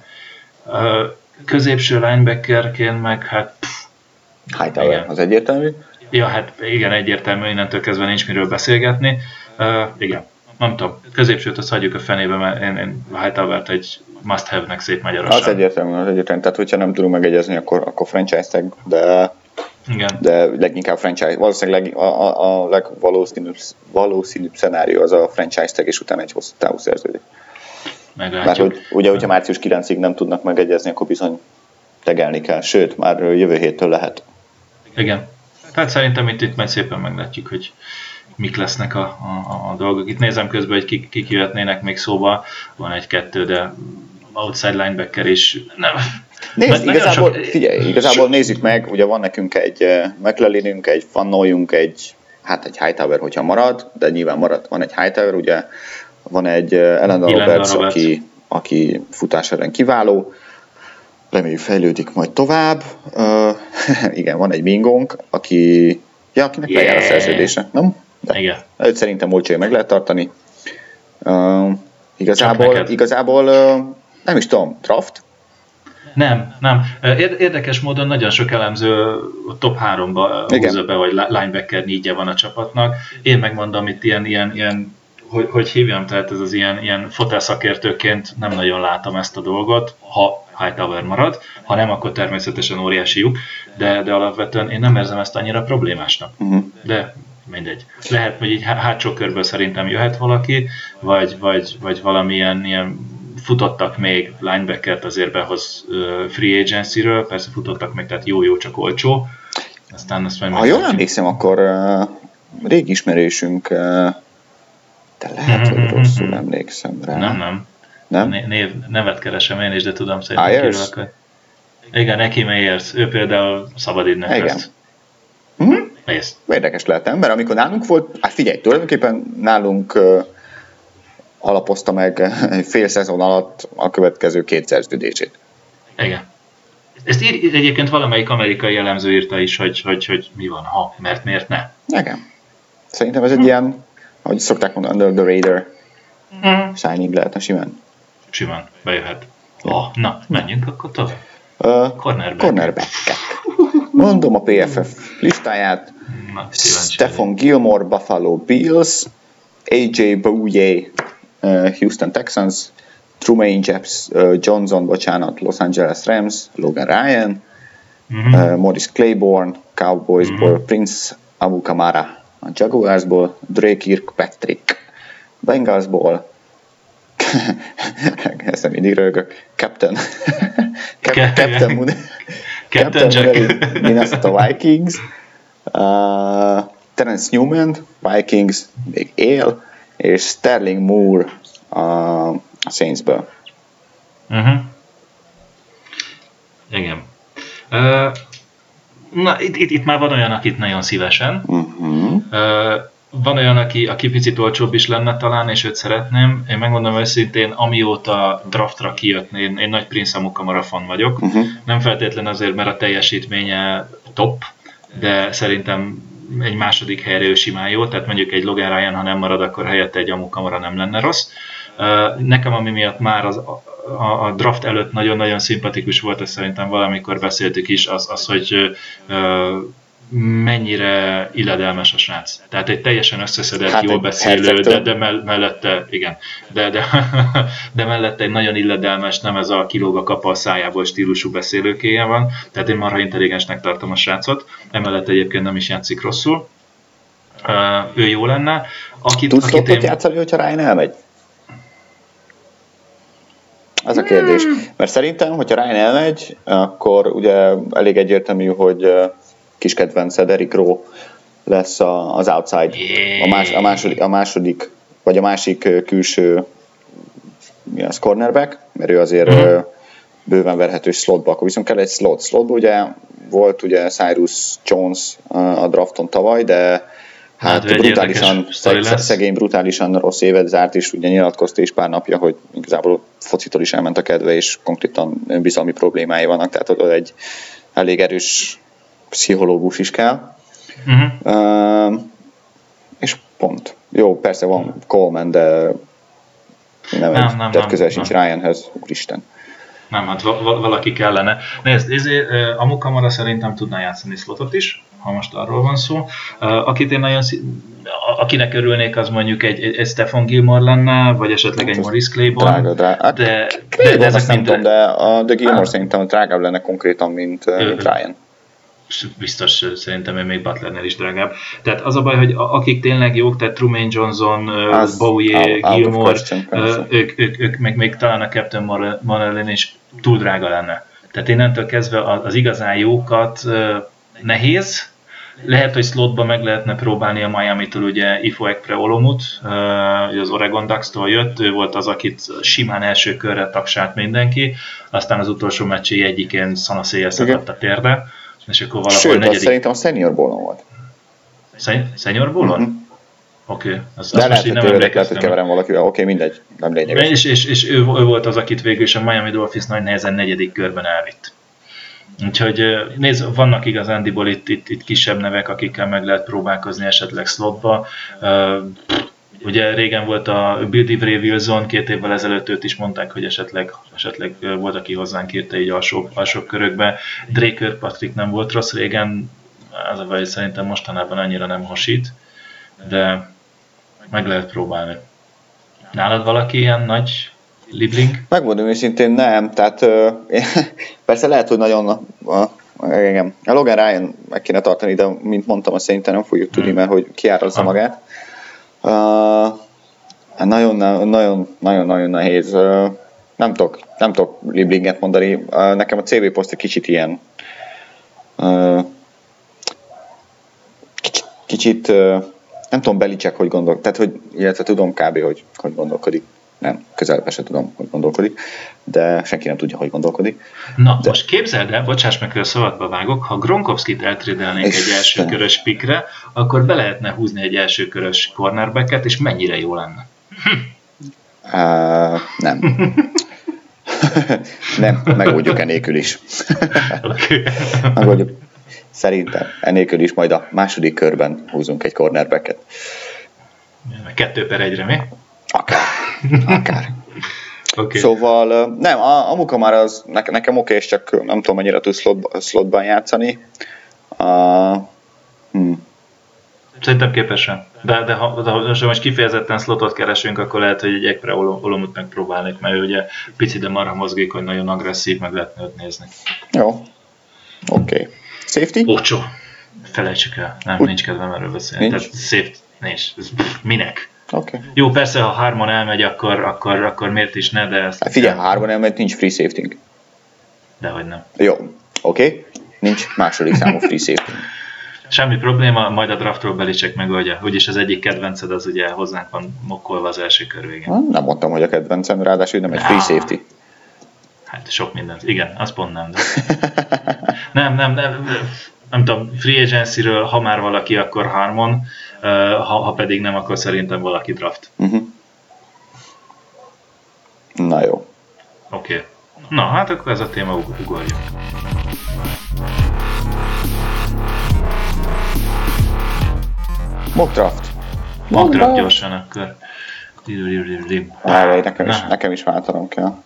Középső linebackerként meg hát... Hightower, az egyértelmű? Ja, hát igen, egyértelmű, innentől kezdve nincs miről beszélgetni. Uh, igen, nem tudom, középsőt azt hagyjuk a fenébe, mert én, én Hightowert egy must have-nek szép magyarosan. Az egyértelmű, az egyértelmű, tehát hogyha nem tudunk megegyezni, akkor, akkor franchise tag, de... Igen. De leginkább franchise, valószínűleg leg, a, a, a legvalószínűbb valószínűbb szenárió az a franchise tag, és utána egy hosszú távú szerződés. Mert hogy, ugye, hogyha március kilencedikéig nem tudnak megegyezni, akkor bizony tegelni kell. Sőt, már jövő héttől lehet. Igen. Tehát szerintem itt, itt majd szépen meglátjuk, hogy mik lesznek a, a, a dolgok. Itt nézem közben, hogy kik, kik jöhetnének még szóba. Van egy-kettő, de outside linebacker is. Nem. Nézd, igazából, sok... figyelj, igazából nézzük meg, ugye van nekünk egy uh, McLellanünk, egy Fannoyunk, egy, hát egy Hightower, hogyha marad, de nyilván marad, van egy Hightower, ugye van egy uh, Elena Roberts, Roberts, aki, aki futás ellen kiváló, reméljük fejlődik majd tovább. Uh, igen, van egy Mingónk, aki Ja, akinek Yeah. lejár a szerződése, nem? De. Igen. Őt szerintem olcsója meg lehet tartani. Uh, igazából, igazából uh, nem is tudom, draft? Nem, nem. Érdekes módon nagyon sok elemző a top háromba húzza be, vagy linebacker négyje van a csapatnak. Én megmondom itt ilyen, ilyen, ilyen hogy, hogy hívjam, tehát ez az ilyen, ilyen fotelszakértőként nem nagyon látom ezt a dolgot, ha Hightower marad, ha nem, akkor természetesen óriási lyuk, de, de alapvetően én nem érzem ezt annyira problémásnak. Uh-huh. De mindegy. Lehet, hogy így hátsó körből szerintem jöhet valaki, vagy, vagy, vagy valamilyen ilyen futottak még linebackert azért behoz uh, free agency-ről, persze futottak még, tehát jó-jó, csak olcsó. Aztán azt majd ha jól emlékszem, akkor uh, régi ismerősünk, uh, de lehet, hogy rosszul emlékszem rá. Nem, nem. Nem? Név, nevet keresem én is, de tudom szerintem kiről akar. Igen, neki Meyers. Ő például szabadidnek lesz. Mm-hmm. Érdekes lehet, ember. Amikor nálunk volt, hát figyelj, tulajdonképpen nálunk uh, alapozta meg fél szezon alatt a következő két szerződését. Igen. Ezt ír, egyébként valamelyik amerikai jellemző írta is, hogy, hogy, hogy mi van, ha, mert miért ne. Igen. Szerintem ez egy hm. ilyen, ahogy szokták mondani, under the radar hm. signing lehetne simán. Simán, bejöhet. Oh, na, menjünk akkor tovább. Uh, Cornerback. Cornerback-ek. Mondom a pé ef ef listáját. Na, Stephon Gilmore, Buffalo Bills, á jé Bouye, uh, Houston Texans, Trumaine Jeffs, uh, Johnson, bocsánat, Los Angeles Rams, Logan Ryan, mm-hmm. uh, Morris Claiborne, Cowboysból, mm-hmm. Prince Amukamara, a Jaguarsból, Drake Kirkpatrick, Bengalsból, ezt mindig rögök, Captain Captain, Captain, Moon, Captain Jack Minnesota Vikings, uh, Terence Newman, Vikings, még él, és Sterling Moore uh, a Saintsből. Uh-huh. Igen. Uh, na, itt, itt, itt már van olyan, akit nagyon szívesen. Uh-huh. Uh, van olyan, aki, aki picit olcsóbb is lenne talán, és őt szeretném. Én megmondom őszintén, amióta draftra kijött, én, én nagy Prince Amukamara fan vagyok. Uh-huh. Nem feltétlen azért, mert a teljesítménye top, de szerintem egy második helyre ő simán jó, tehát mondjuk egy Logan Ryan, ha nem marad, akkor helyette egy Amukamara nem lenne rossz. Nekem ami miatt már az, a, a draft előtt nagyon-nagyon szimpatikus volt, ezt szerintem valamikor beszéltük is, az, az hogy uh, mennyire illedelmes a srác. Tehát egy teljesen összeszedett, hát jól beszélő, de, de mellette, igen, de, de, de mellette egy nagyon illedelmes, nem ez a kilóg a kapa a szájából stílusú beszélőkéje van, tehát én marha intelligensnek tartom a srácot, emellett egyébként nem is játszik rosszul, uh, ő jó lenne. Akit, Tudsz akit én... játszani, hogyha Ryan elmegy? Ez a kérdés. Mert szerintem, hogyha Ryan elmegy, akkor ugye elég egyértelmű, hogy kis kedvenced Eric Rowe lesz az outside, a, más, a, második, a második, vagy a másik külső mi az, cornerback, mert ő azért mm. bőven verhető slotba, akkor viszont kell egy slot. Slotba ugye volt ugye Cyrus Jones a drafton tavaly, de hát, hát brutálisan, szeg, szegény brutálisan rossz évet zárt, és ugye nyilatkozta is pár napja, hogy igazából focitól is elment a kedve, és konkrétan bizalmi problémái vannak, tehát oda egy elég erős pszichológus is kell. Uh-huh. Uh, és pont. Jó, persze van Coleman, de nem, nem, egy, nem tehát közel sincs Ryanhez, úristen. Nem, hát val- valaki kellene. Nézd, ezért uh, Amukamara szerintem tudná játszani slotot is, ha most arról van szó. Uh, akit én nagyon szí- akinek örülnék, az mondjuk egy, egy Stephon Gilmore lenne, vagy esetleg egy Morris Claiborne. Drága, drága. De, de, de ezek nem tudom, de a The Gilmore ah. szerintem drágább lenne konkrétan, mint, uh, mint Ryan. Biztos, szerintem ő még Butlernél is drágább. Tehát az a baj, hogy akik tényleg jók, tehát Trumaine Johnson, az Bowie, Gilmore, ők, ők, ők meg még talán a Captain Monelin is túl drága lenne. Tehát innentől kezdve az igazán jókat nehéz. Lehet, hogy slotba meg lehetne próbálni a Miami-től ugye Ifo Ekpreolomut, az Oregon Ducks-tól jött, ő volt az, akit simán első körre tagsált mindenki, aztán az utolsó meccsé egyikén szanaszéjjel szakadt a térde. És akkor valahol Sőt, negyedik... szerintem a senior bólon volt. Senior bólon? Mm-hmm. Oké. Okay. Az, de az lehet, hogy tőle, lehet, hogy keverem valakivel. Oké, okay, mindegy. Nem lényeges. És, és, és ő, ő volt az, akit végül is a Miami Dolphins nagy nehezen negyedik körben elvitt. Úgyhogy nézd, vannak igazándiból itt, itt, itt kisebb nevek, akikkel meg lehet próbálkozni esetleg slotba. Uh, ugye régen volt a Bill DeVray Wilson, két évvel ezelőtt őt is mondták, hogy esetleg, esetleg volt, aki hozzánk írta így alsó, alsó körökbe. Drake Patrick nem volt rossz régen, az a baj, szerintem mostanában annyira nem hasít, de meg lehet próbálni. Nálad valaki ilyen nagy libling? Megmondom őszintén nem, tehát ö, persze lehet, hogy nagyon a, a, igen, a Logan Ryan meg kéne tartani, de mint mondtam, azt szerintem nem fogjuk tudni, mert hogy kiárazza magát. Uh, nagyon, nagyon, nagyon, nagyon nehéz. Uh, nem tudok, nem tudok liblinget mondani. Uh, nekem a cé vé poszt egy kicsit ilyen uh, kicsit, kicsit uh, nem tudom Belichick, hogy gondol, tehát hogy, illetve tudom kb. hogy, hogy gondolkodik. Nem, közelebb se tudom, hogy gondolkodik, de senki nem tudja, hogy gondolkodik. Na, de... most képzeld el, bocsáss meg, hogy a szabadba vágok, ha Gronkowskit eltrédelnénk egy első körös pikre, akkor be lehetne húzni egy első körös cornerbacket, és mennyire jó lenne? Uh, nem. nem, megoldjuk enélkül is. megoldjuk. Szerintem enélkül is majd a második körben húzunk egy cornerbacket. Kettő per egyre, mi? Akár. Akár. Okay. Szóval nem, a, a munka már az ne, nekem oké, és csak nem tudom, mennyire tud slot, slotban játszani. Uh, hmm. Szerintem képesen. De, de ha, de ha most kifejezetten slotot keresünk, akkor lehet, hogy egy Ekre Olomut megpróbálnék, mert ő ugye pici, de marha mozgékony, nagyon agresszív, meg lehetne őt nézni. Jó. Oké. Okay. Safety? Ocsó. Felejtsük el. Nem, Úgy. nincs kedvem erről beszélni. Tehát safety, nincs. Minek? Okay. Jó, persze, ha hárman elmegy, akkor, akkor, akkor miért is ne, de ezt... Hát figyelj, ha hárman elmegy, nincs free safety-nk. Dehogy nem. Jó, oké. Okay. Nincs második számú free safety. Semmi probléma, majd a draftról Belichick megoldja. Úgyis az egyik kedvenced az ugye hozzánk van mokkolva az első kör végén. Nem mondtam, hogy a kedvencem, ráadásul nem egy free safety. Hát sok mindent. Igen, az pont nem. De... nem, nem, nem. Nem tudom, free agency-ről, ha már valaki, akkor hárman, ha, ha pedig nem, akkor szerintem valaki draft. Uh-huh. Na jó. Oké. Okay. Na, hát akkor ez a téma ugorjuk. Mock draft. Mock draft gyorsan akkor. Várj, nekem is, nekem is váltanom kell.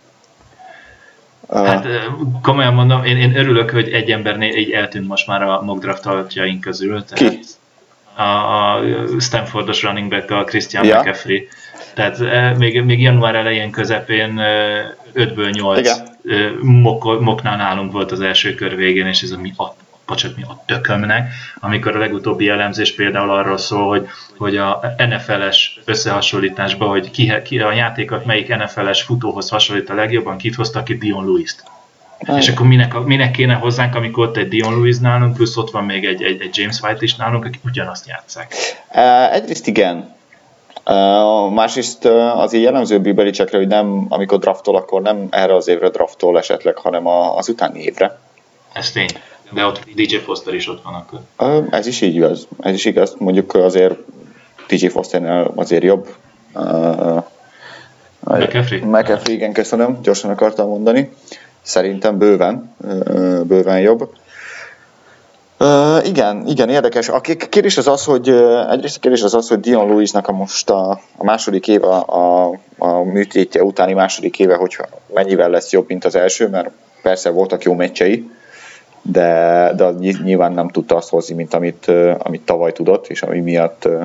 Hát komolyan mondom, én, én örülök, hogy egy embernél így eltűnt most már a mock draftaltjaink közül. Tehát ki? A, a Stanfordos running back, a Christian ja. McCaffrey. Tehát még, még január elején, közepén ötből nyolc mok, moknál nálunk volt az első kör végén, és ez a mi a, bocsánat, mi a tökömnek, amikor a legutóbbi elemzés például arról szól, hogy, hogy a en ef el-es összehasonlításban, hogy ki, ki a játékot melyik en ef el-es futóhoz hasonlít a legjobban, kit hoztak ki Dion Lewis-t. Ah, és akkor minek, minek kéne hozzánk, amikor ott egy Dion Lewis nálunk, plusz ott van még egy, egy, egy James White is nálunk, akik ugyanazt játsszák. Uh, egyrészt igen. Uh, másrészt uh, azért jellemző Bill Belichickre, hogy nem, amikor draftol, akkor nem erre az évre draftol esetleg, hanem a, az utáni évre. Ez tény. De ott dé jé Foster is ott van akkor. Uh, ez is így igaz. Ez is igaz. Mondjuk azért dé jé Fosternél azért jobb. Uh, McCaffrey? McCaffrey, igen, köszönöm. Gyorsan akartam mondani. Szerintem bőven, uh, bőven jobb. Uh, igen, igen, érdekes. A kérdés az az, hogy uh, egyrészt a kérdés az az, hogy Dion Lewisnak a most a, a második éve, a, a műtétje utáni második éve, hogy mennyivel lesz jobb, mint az első, mert persze voltak jó meccsei, de, de nyilván nem tudta azt hozni, mint amit, uh, amit tavaly tudott, és ami miatt uh,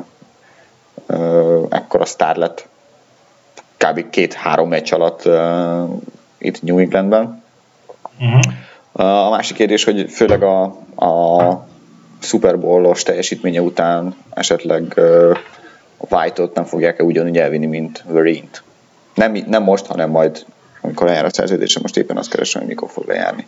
uh, ekkora sztár lett kb. két-három meccs alatt uh, itt New Englandben. Uh-huh. A másik kérdés, hogy főleg a, a Super Bowl-os teljesítménye után esetleg uh, a White-ot nem fogják-e ugyanúgy elvinni, mint Vereen-t. Nem, nem most, hanem majd, amikor lejár a szerződése, most éppen azt keresem, hogy mikor fog lejárni.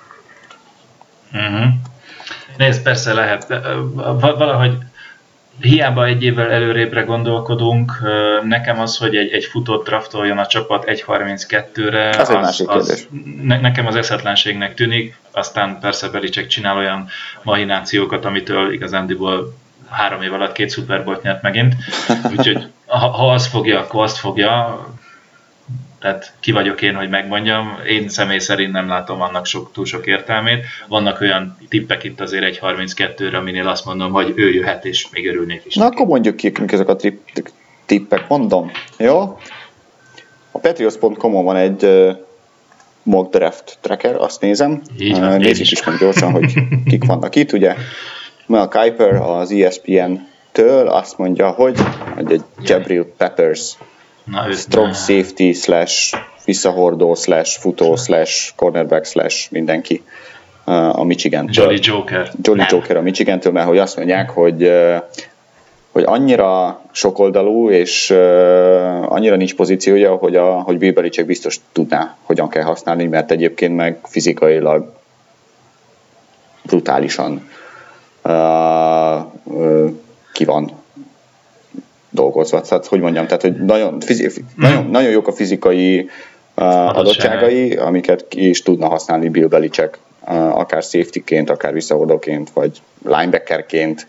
Uh-huh. Nézd, persze lehet. Valahogy hiába egy évvel előrébre gondolkodunk, nekem az, hogy egy, egy futót draftoljon a csapat egy harminckettőre, az, az, az ne, nekem az eszetlenségnek tűnik, aztán persze Belichick csinál olyan mahinációkat, amitől igazándiból három év alatt két Super Bowl-t nyert megint, úgyhogy ha, ha azt fogja, akkor azt fogja, tehát ki vagyok én, hogy megmondjam. Én személy szerint nem látom annak sok, túl sok értelmét. Vannak olyan tippek itt azért egy harminckettőre, aminél azt mondom, hogy ő jöhet, és még örülnék is. Na, akkor mondjuk ki, ezek a tippek, mondom. Jó? A Patriots pont com-on van egy uh, mock draft tracker, azt nézem. Van, uh, nézzük is meg gyorsan, hogy kik vannak itt, ugye. Mel Kiper az E S P N-től azt mondja, hogy, hogy egy Jabril Peppers Na, strong ne. safety slash visszahordó slash futó slash cornerback slash mindenki uh, a Michigantől. Jolly Joker. Jolly nem. Joker a Michigantől, mert hogy azt mondják, hogy uh, hogy annyira sokoldalú, és uh, annyira nincs pozíciója, hogy, a, hogy Bill Belichick biztos tudná, hogyan kell használni, mert egyébként meg fizikailag brutálisan uh, uh, ki van dolgozva. Tehát, hogy mondjam, tehát, hogy nagyon, fizi- mm. nagyon, nagyon jók a fizikai uh, adottságai, amiket ki is tudna használni Bill Belichick, uh, akár safetyként, akár visszahordóként, vagy linebackerként.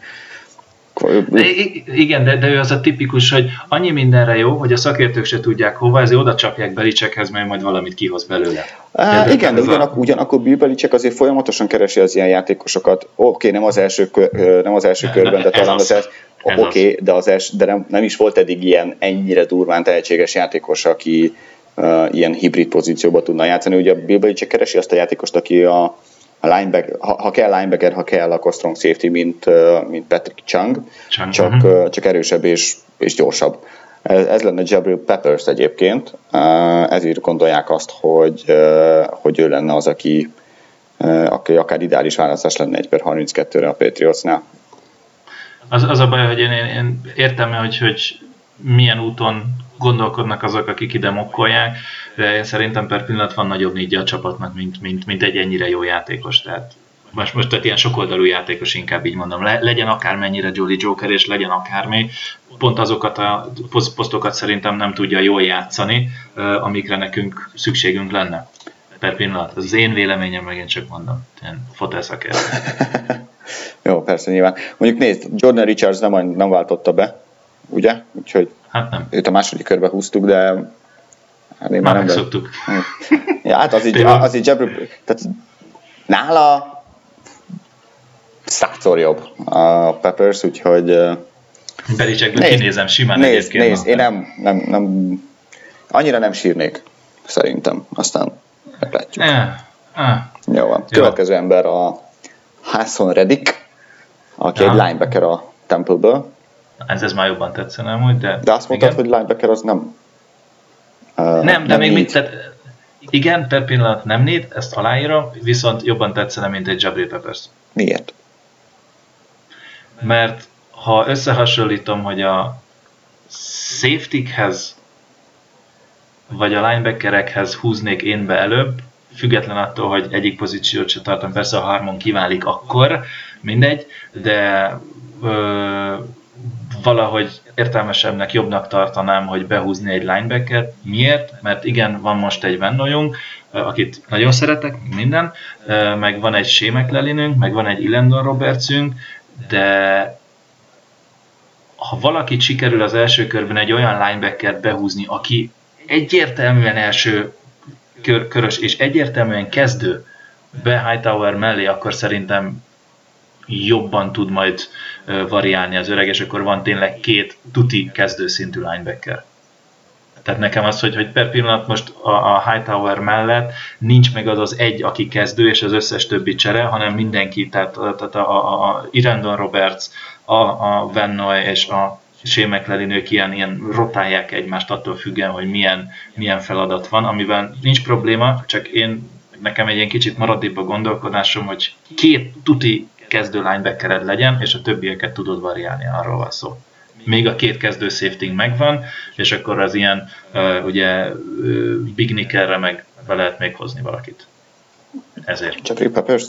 Igen, de, de ő az a tipikus, hogy annyi mindenre jó, hogy a szakértők se tudják hova, ezért oda csapják Belichickhez, mert majd valamit kihoz belőle. Á, igen, de ugyanak, a... ugyanakkor Bill Belichick azért folyamatosan keresi az ilyen játékosokat. Oké, okay, nem az első, kör, nem az első körben, de talán az, az oké, okay, de, az els, de nem, nem is volt eddig ilyen ennyire durván tehetséges játékos, aki uh, ilyen hibrid pozícióba tudna játszani. Ugye Bill Belichick keresi azt a játékost, aki a A linebacker, ha, ha kell linebacker, ha kell, akkor strong safety, mint, mint Patrick Chung, Chung. Csak, uh-huh. csak erősebb és, és gyorsabb. Ez, ez lenne Jabril Peppers egyébként, ezért gondolják azt, hogy, hogy ő lenne az, aki, aki akár ideális választás lenne egy per harminckettőre a Patriotsnál. Az, az a baj, hogy én, én, én értem, hogy, hogy milyen úton gondolkodnak azok, akik ide mokkolják, de én szerintem per pillanat van nagyobb négyje a csapatnak, mint, mint, mint egy ennyire jó játékos. Tehát most, most tehát ilyen sokoldalú játékos, inkább így mondom. Le, legyen akármennyire Jolly Joker, és legyen akármi, pont azokat a posztokat szerintem nem tudja jól játszani, amikre nekünk szükségünk lenne. Per pillanat. Ez az én véleményem, megint csak mondom. Ilyen fotelszakértő. Jó, persze, nyilván. Mondjuk nézd, Jordan Richards nem, nem váltotta be, ugye? Úgyhogy hát nem. Őt a második körbe húztuk, de hát én már megszoktuk. Ja, hát az így, az így Jabril, tehát nála százszor jobb a Peppers, úgyhogy Belichickből kinézem simán nézd, egyébként. Nézd, én nem, nem, nem, annyira nem sírnék, szerintem. Aztán meglátjuk. Eh, eh. Jó van. Következő Jó. ember a Haason Reddick, aki ja. egy linebacker a Temple-ből. Ez, ez már jobban tetszene amúgy, de... De azt mondtad, igen. hogy linebacker az nem... Uh, nem, de nem még mit... Tehát, igen, per pillanat nem need, ezt aláírom, viszont jobban tetszene, mint egy Jabril Peppers. Miért? Mert ha összehasonlítom, hogy a safety-hez vagy a linebackerekhez húznék én be előbb, független attól, hogy egyik pozíciót se tartom, persze a Harmon kiválik akkor, mindegy, de ö, valahogy értelmesebbnek, jobbnak tartanám, hogy behúzni egy linebackert. Miért? Mert igen, van most egy Van Noyunk, akit nagyon szeretek, minden, meg van egy Shea McClellanünk, meg van egy Elandon Robertsünk, de ha valakit sikerül az első körben egy olyan linebackert behúzni, aki egyértelműen első kör, körös és egyértelműen kezdő be Hightower mellé, akkor szerintem jobban tud majd variálni az öreg, és akkor van tényleg két tuti kezdőszintű linebacker. Tehát nekem az, hogy, hogy per pillanat most a, a Hightower mellett nincs meg az az egy, aki kezdő, és az összes többi csere, hanem mindenki, tehát, tehát a, a, a Elandon Roberts, a, a Van Noy és a Shea McClellan, ők ilyen, ilyen rotálják egymást attól függően, hogy milyen, milyen feladat van, amiben nincs probléma, csak én, nekem egy ilyen kicsit maradébb a gondolkodásom, hogy két tuti kezdő linebackered legyen, és a többieket tudod variálni, arról van szó. Még a két kezdő safety megvan, és akkor az ilyen uh, ugye uh, big nickerre meg be lehet még hozni valakit. Ezért. Csak Rick Peppers?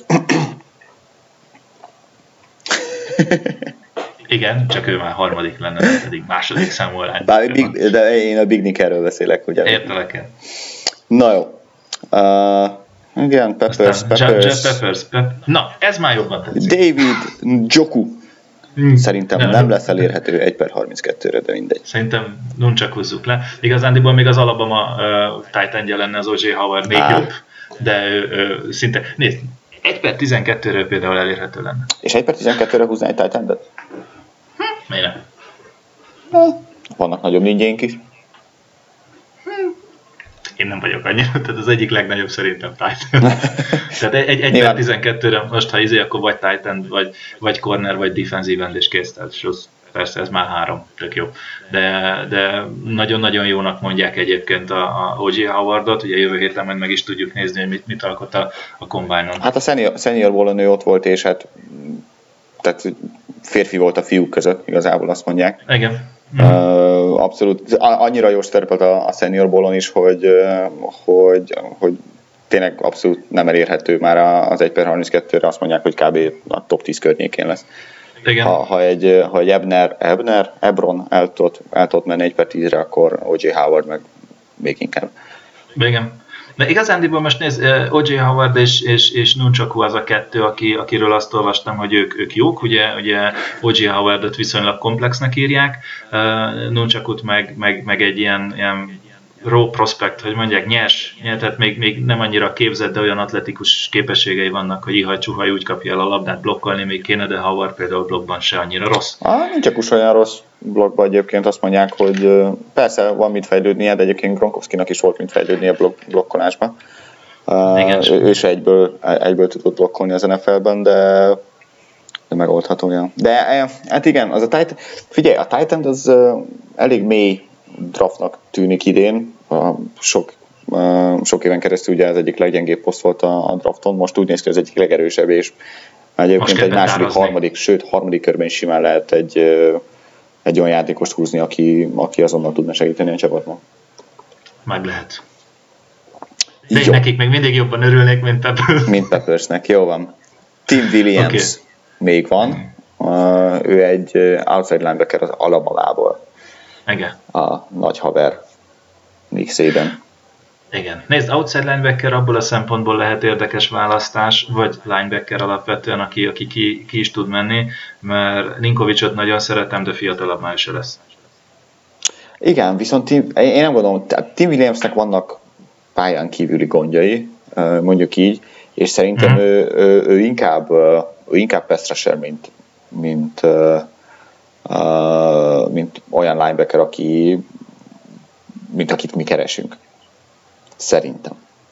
Igen, csak ő már harmadik lenne, nem pedig második számú linebacker. De én a big nickerről beszélek, ugye? Értelek el. Na jó. Uh, igen, Peppers, Aztán Peppers. Jeff Peppers. Pep- Na, ez már jobban tetszik. David Njoku. Szerintem nem, nem lesz elérhető egy per harminckettőre, de mindegy. Szerintem nuncsakozzuk le. Igazándiból még az Alabama uh, Titan-je lenne az o jé Howard még jobb, de uh, szinte, nézd, egy per tizenkettőre például elérhető lenne. És egy per tizenkettőre húzni egy Titan-et? Hm, miért nem? Vannak nagyobb ninjénk is. Én nem vagyok annyira, tehát az egyik legnagyobb szerintem Titan. Tehát egy, egy per tizenkettőre most, ha izé, akkor vagy Titan, vagy, vagy corner, vagy defensive end és kész. Tehát az, persze ez már három, tök jó. De, de nagyon-nagyon jónak mondják egyébként a, a o jé Howardot, ugye jövő héten majd meg is tudjuk nézni, hogy mit, mit alkot a, a Combine-on. Hát a senior, senior bowl-on ő ott volt, és hát tehát férfi volt a fiúk között, igazából azt mondják. Igen. Uh, abszolút, annyira jó szerepelt a, a senior bowl-on is, hogy, hogy, hogy tényleg abszolút nem elérhető már az egy per harminckettőre, azt mondják, hogy kb. A top tíz környékén lesz. Igen. Ha, ha egy, ha egy Ebner, Ebner, Ebron el tudott, el tudott menni egy per tízre, akkor o jé Howard meg még inkább. Igen. De igazándiból most nézd, o jé Howard és, és, és Nunchaku az a kettő, aki, akiről azt olvastam, hogy ők, ők jók, ugye, ugye o jé Howardot viszonylag komplexnek írják, uh, Nunchakut meg, meg, meg egy ilyen, ilyen raw prospect, hogy mondják, nyers, nyers, tehát még, még nem annyira képzett, de olyan atletikus képességei vannak, hogy ihaj-csuhaj úgy kapja el a labdát, blokkolni még kéne, de Howard például blokkban se annyira rossz. Ah, nincs csak olyan rossz blokkban egyébként, azt mondják, hogy persze van mit fejlődnie, de egyébként Gronkowskinak is volt mit fejlődnie blok, blokkolásban. Uh, ő se egyből, egyből tudott blokkolni az en ef el-ben, de, de megoldható. Ja. De hát igen, az a Titan, figyelj, a Titan az uh, elég mély draftnak tűnik idén. Uh, sok, uh, sok éven keresztül ugye az egyik leggyengébb poszt volt a, a drafton, most úgy néz ki, az egyik legerősebb, és egyébként egy második, harmadik, sőt harmadik körben is simán lehet egy, egy olyan játékost húzni, aki, aki azonnal tudna segíteni a csapatnak. Meg lehet. De én nekik még mindig jobban örülnék, mint Peppers. Mint Peppersnek, jó van. Tim Williams okay. Még van. Uh, ő egy outside linebacker az Alabamából. Igen. A nagy haver. Nick Saban. Igen. Nézd, outside linebacker abból a szempontból lehet érdekes választás, vagy linebacker alapvetően, aki, aki ki, ki is tud menni, mert Ninkovicsot nagyon szeretem, de fiatalabb már se lesz. Igen, viszont Tim, én nem gondolom, Tim Williamsnek vannak pályán kívüli gondjai, mondjuk így, és szerintem mm. ő, ő, ő inkább, ő inkább pass rusher, mint, mint, mint olyan linebacker, aki, mint akit mi keresünk. Szerintem.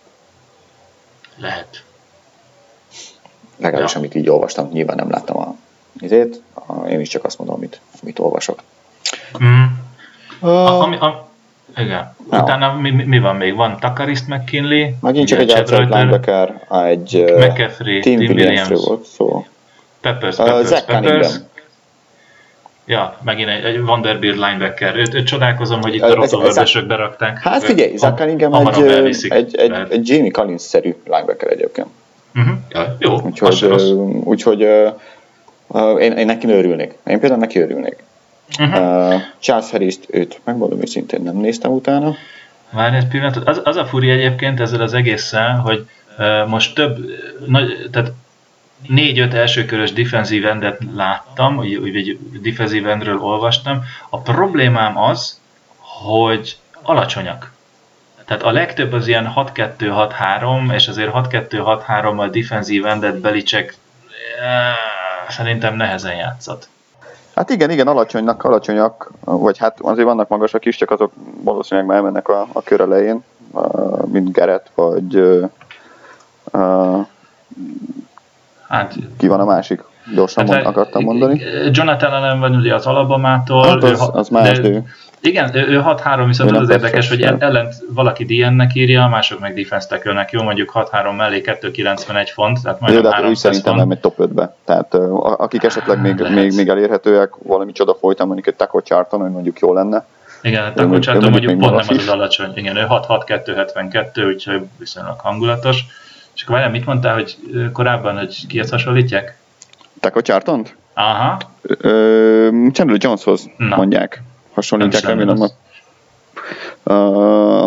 Lehet. Legalábbis ja. amit így olvastam, nyilván nem láttam a izét, én is csak azt mondom, amit, amit olvasok. Mm. Uh, a, ami, a, igen. Ja. Utána mi, mi van még? Van Takarist McKinley, megint csak egy outside linebacker, egy McCaffrey, Tim Williams volt szó. Peppers, uh, Peppers, Zach Peppers. Ja, megint egy, egy Vanderbilt linebacker. Őt, őt csodálkozom, hogy itt a rotovördösök berakták. Hát figyelj, Zach Cunningham egy, egy, egy, egy, egy Jamie Collins-szerű linebacker egyébként. Uh-huh. Ja, jó, úgyhogy, uh, úgyhogy uh, uh, én, én neki örülnék. Én például neki örülnék. Uh-huh. Uh, Charles Harris-t, őt megmondom őszintén, nem néztem utána. Várj egy pillanatot. Az, az a furi egyébként ezzel az egésszel, hogy uh, most több, nagy, tehát négy-öt elsőkörös defensive endet láttam, vagy, vagy defensive endről olvastam. A problémám az, hogy alacsonyak. Tehát a legtöbb az ilyen hat kettő hat három, és azért hat kettő hat hárommal defensive endet Belichick szerintem nehezen játszott. Hát igen, igen, alacsonynak, alacsonyak, vagy hát azért vannak magasak is, csak azok valószínűleg már elmennek a, a kör elején, mint Garrett, vagy uh, hát, ki van a másik? Gyorsan hát, mond, akartam mondani. Jonathan Allen van ugye az Alabamától. Hát az, az más, de ő. Igen, ő hat három, viszont az, az érdekes, hogy ellent valaki dé en-nek írja, mások meg defense tackle-nek. Jó, mondjuk hat három mellé kettő kilencvenegy font, tehát majdnem háromszáz font. Szerintem nem egy top ötbe. Tehát akik esetleg még, még, még elérhetőek, valami csoda folytam, mondjuk egy Taco Charton, hogy mondjuk jó lenne. Igen, a Taco Charton mondjuk pont nem az az alacsony. Igen, ő hat hat kettő hetvenkettő, úgyhogy viszonylag hangulatos. És akkor várjál, mit mondtál, hogy korábban, hogy kihez hasonlítják? Taco Chartont? Aha. Chandler Joneshoz mondják. Hasonlítják, remélem. Uh,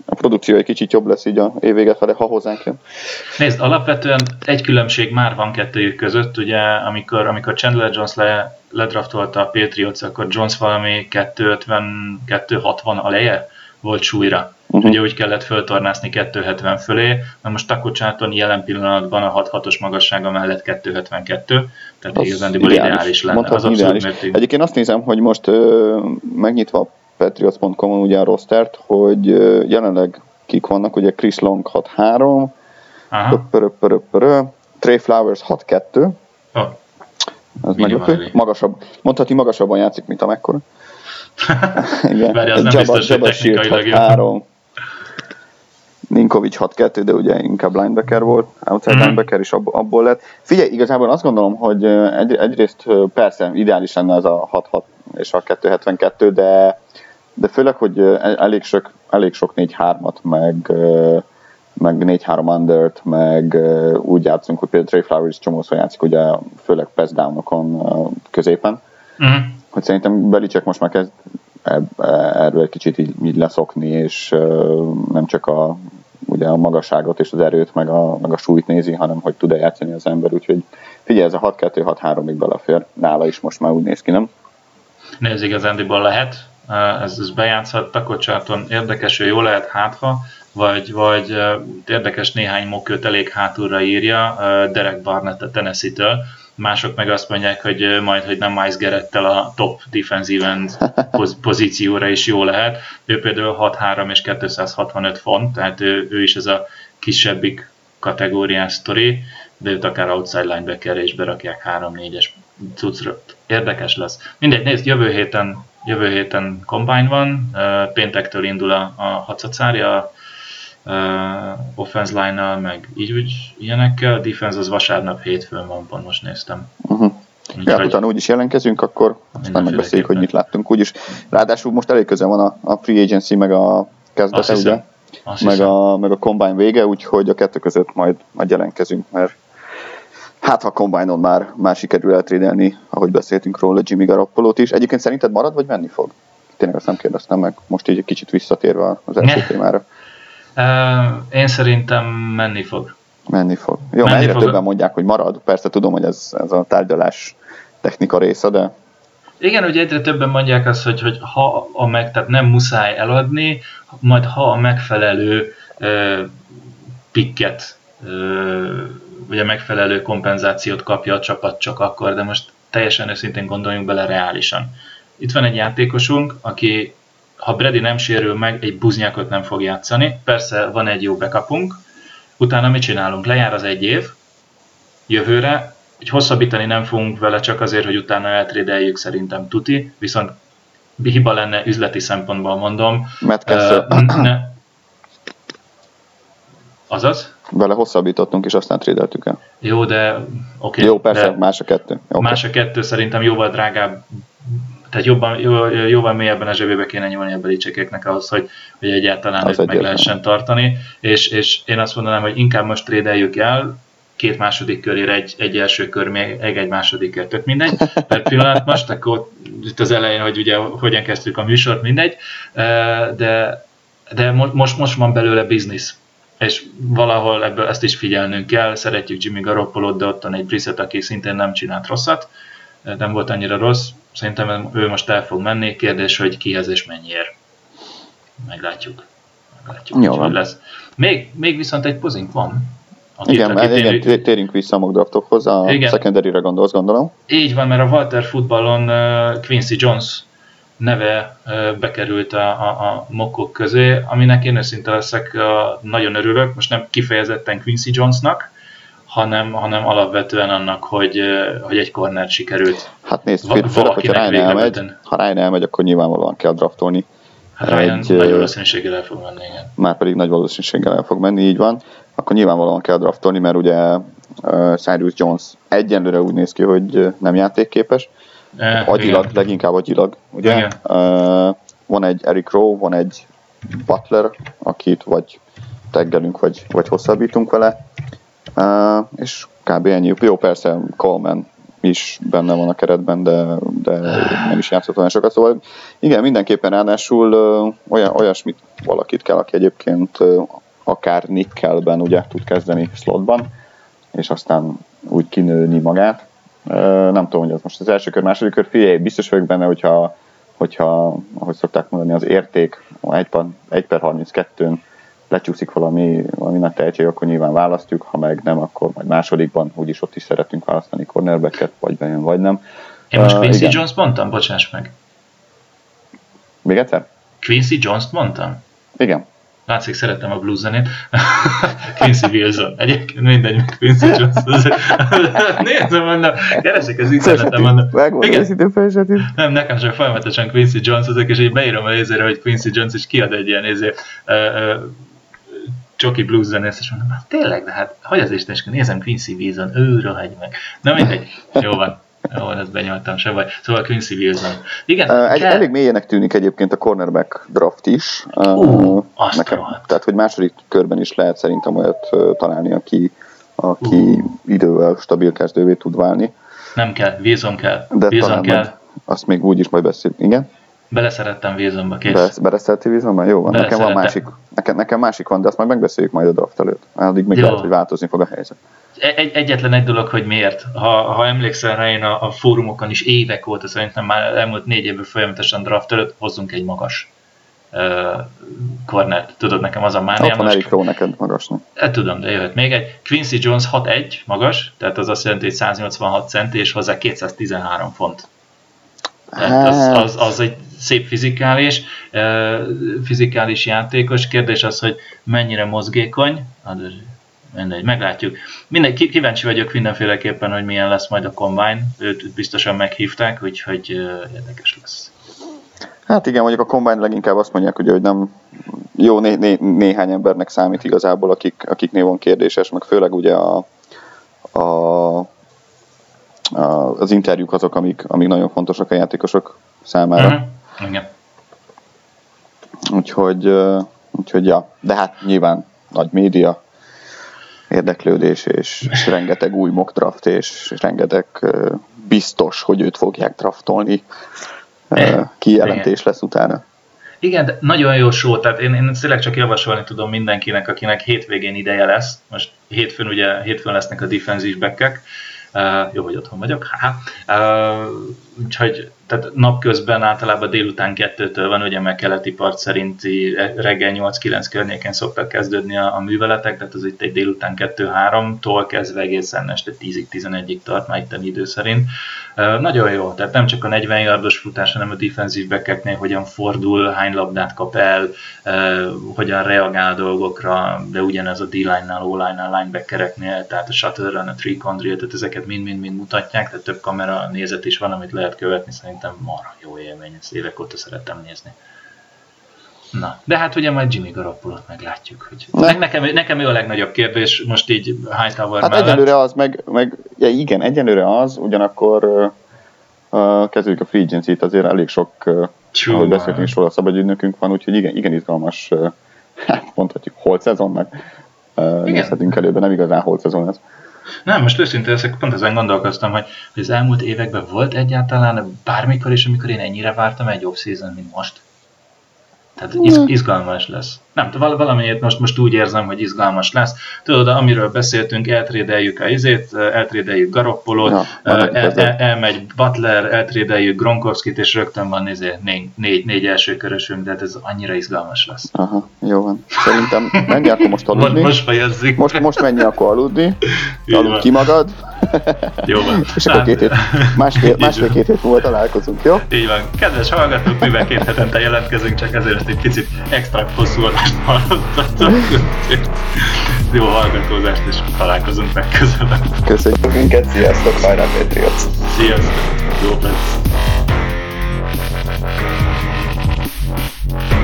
a produkció egy kicsit jobb lesz így a évvége felé, ha hozzánk jön. Nézd, alapvetően egy különbség már van kettőjük között, ugye amikor, amikor Chandler Jones le, ledraftolta a Patriots, akkor Jones valami kettőszázötven kettőszázhatvan aleje volt súlyra. Uh-huh. Ugye úgy kellett föltornászni kettőszázhetven fölé, na most Taco Charlton jelen pillanatban a hat hatos magassága mellett kettőszázhetvenkettő, tehát igazándiból ideális, ideális lenne. Az ideális. Egyébként azt nézem, hogy most ö, megnyitva a patriots pont com-on ugye a rostert, hogy ö, jelenleg kik vannak, ugye Chris Long hat három, pörö, pörö, pörö, Trey Flowers hat kettő, oh. Ez meglepő, magasabb, mondhatni magasabban játszik, mint amekkora. Igen. Várj, az nem Jabba, biztos, hogy technikailag hat három, Ninkovic hat kettő, de ugye inkább linebacker volt, outside mm-hmm. linebacker is abból, abból lett. Figyelj, igazából azt gondolom, hogy egy, egyrészt persze ideális lenne az a hat hat és a kettőszázhetvenkettő, de, de főleg, hogy elég sok, elég sok négy hármat, meg, meg négy három undert, meg úgy játszunk, hogy például Trey Flowers csomószor játszik, ugye főleg pass downokon középen, mm-hmm. hogy szerintem Belichick most már kezd erről egy kicsit így, így leszokni, és nem csak a, ugye a magasságot és az erőt, meg a, meg a súlyt nézi, hanem hogy tud-e játszani az ember, úgyhogy figyelj, ez a hat kettő hat három-ig belefér, nála is most már úgy néz ki, nem? Nézd, igazándiból lehet, ez, ez bejátszhat, Taco Charlton érdekes, ő jól lehet hátha, vagy, vagy érdekes néhány mokkőt elég hátulra írja, Derek Barnett a Tennessee-től, mások meg azt mondják, hogy majd, hogy nem Myles Garrettel a top defensive end poz- pozícióra is jó lehet. Ő például hat három és kétszázhatvanöt font, tehát ő, ő is ez a kisebbik kategóriás sztori, de őt akár outside linebacker is berakják három négyes cuccra. Érdekes lesz. Mindegy, nézd, jövő héten, jövő héten combine van, péntektől indul a, a hatszacárja, Uh, offense line-nal, meg így úgy ilyenekkel, a defense az vasárnap hétfőn van, pont most néztem. Uh-huh. Ja, hogy utána úgyis jelentkezünk, akkor aztán megbeszéljük, hogy mit láttunk. Úgyis, ráadásul most elég közel van a, a free agency, meg a kezdete, ugye? Meg a, meg a combine vége, úgyhogy a kettő között majd, majd jelentkezünk, mert hát ha a combine-on már, már sikerül eltrédelni, ahogy beszéltünk róla, Jimmy Garoppolót is. Egyébként szerinted marad, vagy menni fog? Tényleg azt nem kérdeztem meg, most így egy kicsit visszatérve az első témára. Uh, én szerintem menni fog. Menni fog. Jó, menni egyre fog. Többen mondják, hogy marad. Persze tudom, hogy ez, ez a tárgyalás technika része, de... Igen, ugye egyre többen mondják azt, hogy, hogy ha a meg, tehát nem muszáj eladni, majd ha a megfelelő uh, pikket, uh, vagy a megfelelő kompenzációt kapja a csapat csak akkor, de most teljesen őszintén gondoljunk bele reálisan. Itt van egy játékosunk, aki ha Brady nem sérül meg, egy buznyákot nem fog játszani. Persze van egy jó backupunk. Utána mit csinálunk? Lejár az egy év jövőre, hogy hosszabbítani nem fogunk vele csak azért, hogy utána eltrédeljük, szerintem tuti, viszont hiba lenne üzleti szempontból, mondom. Matt Cassel. Uh, ne... Azaz? Vele hosszabbítottunk, és aztán trédeltük el. Jó, de... Okay, jó, persze, más a kettő. Okay. Más a kettő, szerintem jóval drágább. Tehát jobban, jó, jóval mélyebben a zsebébe kéne nyúlni a Belicseknek ahhoz, hogy, hogy egyáltalán őt meg lehessen tartani. És, és én azt mondanám, hogy inkább most trédeljük el, két második körére egy, egy első kör, még egy, egy második kör, tök mindegy. Per pillanat most, akkor itt az elején, hogy ugye hogyan kezdtük a műsort, mindegy. De, de most, most van belőle biznisz. És valahol ebből ezt is figyelnünk kell. Szeretjük Jimmy Garoppolót, de ott van egy Brissett, aki szintén nem csinált rosszat. Nem volt annyira rossz. Szerintem ő most el fog menni. Kérdés, hogy kihez és mennyiért. Meglátjuk. Meglátjuk, jó, hogy lesz. Még, még viszont egy pozink van. Akit, igen, akit igen én... térjünk vissza a mock draftokhoz. A igen. Secondary-re gondolsz, gondolom. Így van, mert a Walter Footballon uh, Quincy Jones neve uh, bekerült a, a, a mockok közé, aminek én őszinte leszek, uh, nagyon örülök. Most nem kifejezetten Quincy Jonesnak, hanem, hanem alapvetően annak, hogy, hogy egy corner sikerült. Hát nézd, főleg, hogyha Ryan elmegy, ha Ryan elmegy, akkor nyilvánvalóan kell draftolni. Hát Ryan egy, nagy valószínűséggel el fog menni, igen. Már pedig nagy valószínűséggel el fog menni, így van. Akkor nyilvánvalóan kell draftolni, mert ugye uh, Cyrus Jones egyenlőre úgy néz ki, hogy nem játékképes. E, agyilag, igen. Leginkább agyilag, ugye? Uh, van egy Eric Rowe, van egy Butler, akit vagy taggelünk, vagy, vagy hosszabbítunk vele. Uh, és kb. Ennyi. Jó, persze Coleman is benne van a keretben, de, de nem is játszott olyan sokat. Szóval igen, mindenképpen ráadásul olyan, olyasmit valakit kell, aki egyébként akár nickelben ugye tud kezdeni slotban, és aztán úgy kinőni magát. Nem tudom, hogy az most az első kör, második kör, figyelj, biztos vagyok benne, hogyha, hogyha ahogy szokták mondani, az érték egy per harminckettőn lecsúszik valami, valami nagy tehetség, akkor nyilván választjuk, ha meg nem, akkor majd másodikban, úgyis ott is szeretünk választani cornerbacket, vagy bejön, vagy nem. Én most Quincy uh, Jones mondtam? Bocsáss meg. Még egyszer? Quincy Jones-t mondtam? Igen. Látszik, szeretem a blues zenét. Quincy Wilson. Egyébként mindegy, meg Quincy Jones. Nézzem, mondom, keresek az interneten, mondom. Nem, nekem sem folyamatosan Quincy Jones azok, és így beírom a lézére, hogy Quincy Jones, és kiad egy ilyen lézé, uh, uh, csoki blues zenét, és mondom, hát tényleg, de hát, hogy az Isten, és nézem Quincy Wilson, ő, rohagy meg. Na mindegy, jó van. Jó, ezt benyoltam, se baj. Szóval Quincy Wilson. Igen, uh, egy, elég mélyenek tűnik egyébként a cornerback draft is. Uh, azt nekem, tehát, hogy második körben is lehet szerintem olyat uh, találni, aki, aki uh. idővel stabil kezdővé tud válni. Nem kell, Wilson kell. De Wilson talán kell. Majd, azt még úgy is majd beszélünk. Igen? Beleszerettem Wilsonba, kész. Be, Beleszeretti Wilsonba? Jó van. Nekem, van másik, nekem, nekem másik van, de azt majd megbeszéljük majd a draft előtt. Addig még Jó. lehet, hogy változni fog a helyzet. Egy, egyetlen egy dolog, hogy miért. Ha, ha emlékszel rá, én a, a fórumokon is évek óta, szerintem már elmúlt négy évben folyamatosan draft előtt hozzunk egy magas uh, cornert. Tudod, nekem az a mániám. Ott van Eric Rowe neked magasnak. Tudom, de jöhet még egy. Quincy Jones hat egy magas, tehát az azt jelenti, hogy száznyolcvanhat centi, és hozzá kétszáztizenhárom font. Tehát az, az, az egy szép fizikális, fizikális játékos. Kérdés az, hogy mennyire mozgékony. Mindegy, meglátjuk. Mindegy, kíváncsi vagyok mindenféleképpen, hogy milyen lesz majd a combine. Őt biztosan meghívták, úgyhogy érdekes lesz. Hát igen, mondjuk a combine leginkább azt mondják, ugye, hogy nem jó né- né- néhány embernek számít igazából, akik, akiknél van kérdéses, meg főleg ugye a, a, a, az interjúk azok, amik, amik nagyon fontosak a játékosok számára. Uh-huh. Igen. Úgyhogy, úgyhogy ja, de hát nyilván nagy média érdeklődés, és, és rengeteg új mock draft, és, és rengeteg uh, biztos, hogy őt fogják draftolni. Uh, kijelentés Igen. lesz utána. Igen, de nagyon jó show, tehát én, én tényleg csak javasolni tudom mindenkinek, akinek hétvégén ideje lesz. Most hétfőn ugye, hétfőn lesznek a defensive backek. Uh, jó, hogy otthon vagyok. Uh, úgyhogy tehát napközben általában délután kettőtől van, ugye meg keleti part szerinti reggel nyolc-kilenc környéken szoktak kezdődni a, a műveletek, tehát az itt egy délután kettő-háromtól kezdve egészen este tízig-tizenegyig tart már itt a idő szerint. Uh, nagyon jó, tehát nem csak a negyven yardos futás, hanem a defensive backeknél hogyan fordul, hány labdát kap el, uh, hogyan reagál dolgokra, de ugyanez a D-line-nál, O-line-nál, linebackereknél, tehát a shuttle run, a three con drill, tehát ezeket mind-mind-mind mutatják, tehát több kamera nézet is van, amit lehet követni, szerintem marha jó élmény, ezt évek óta szerettem nézni. Na, de hát ugye majd Jimmy Garoppolót meglátjuk. Hogy ne. nekem, nekem ő a legnagyobb kérdés, most így Hightower hát mellett. Hát egyelőre az, meg, meg ja igen, egyelőre az, ugyanakkor uh, kezdjük a free agency-t, azért elég sok, uh, ahogy beszéltünk is róla, szabadügynökünk van, úgyhogy igen, igen izgalmas, uh, hát mondhatjuk, holt szezonnak uh, nézhetünk elő, de nem igazán holt szezon ez. Nem, most őszintén ezek pont ezen gondolkoztam, hogy, hogy az elmúlt években volt egyáltalán bármikor is, amikor én ennyire vártam egy off-season, mint most. Tehát iz, izgalmas lesz. Nem, valamiért most, most úgy érzem, hogy izgalmas lesz. Tudod, amiről beszéltünk, eltrédeljük a izét, eltrédeljük Garoppolót, ja, el, el, elmegy Butler, eltrédeljük Gronkowskit, és rögtön van nézé, négy, négy, négy első körösünk, de hát ez annyira izgalmas lesz. Aha, jó van. Szerintem menj akkor most aludni. Most fejezzük. Most, most menj akkor aludni. Aludj ki magad. Jó van. És akkor két hét, másfél, másfél-két hét múlva találkozunk, jó? Így van. Kedves hallgatók, mivel két hetente jelentkezünk, csak ezért ezt egy picit extra hosszú adást hallottatok. Jó hallgatózást, és találkozunk legközelebb. Köszönjük minket, sziasztok, hajrá Patriots! Sziasztok, jó perc!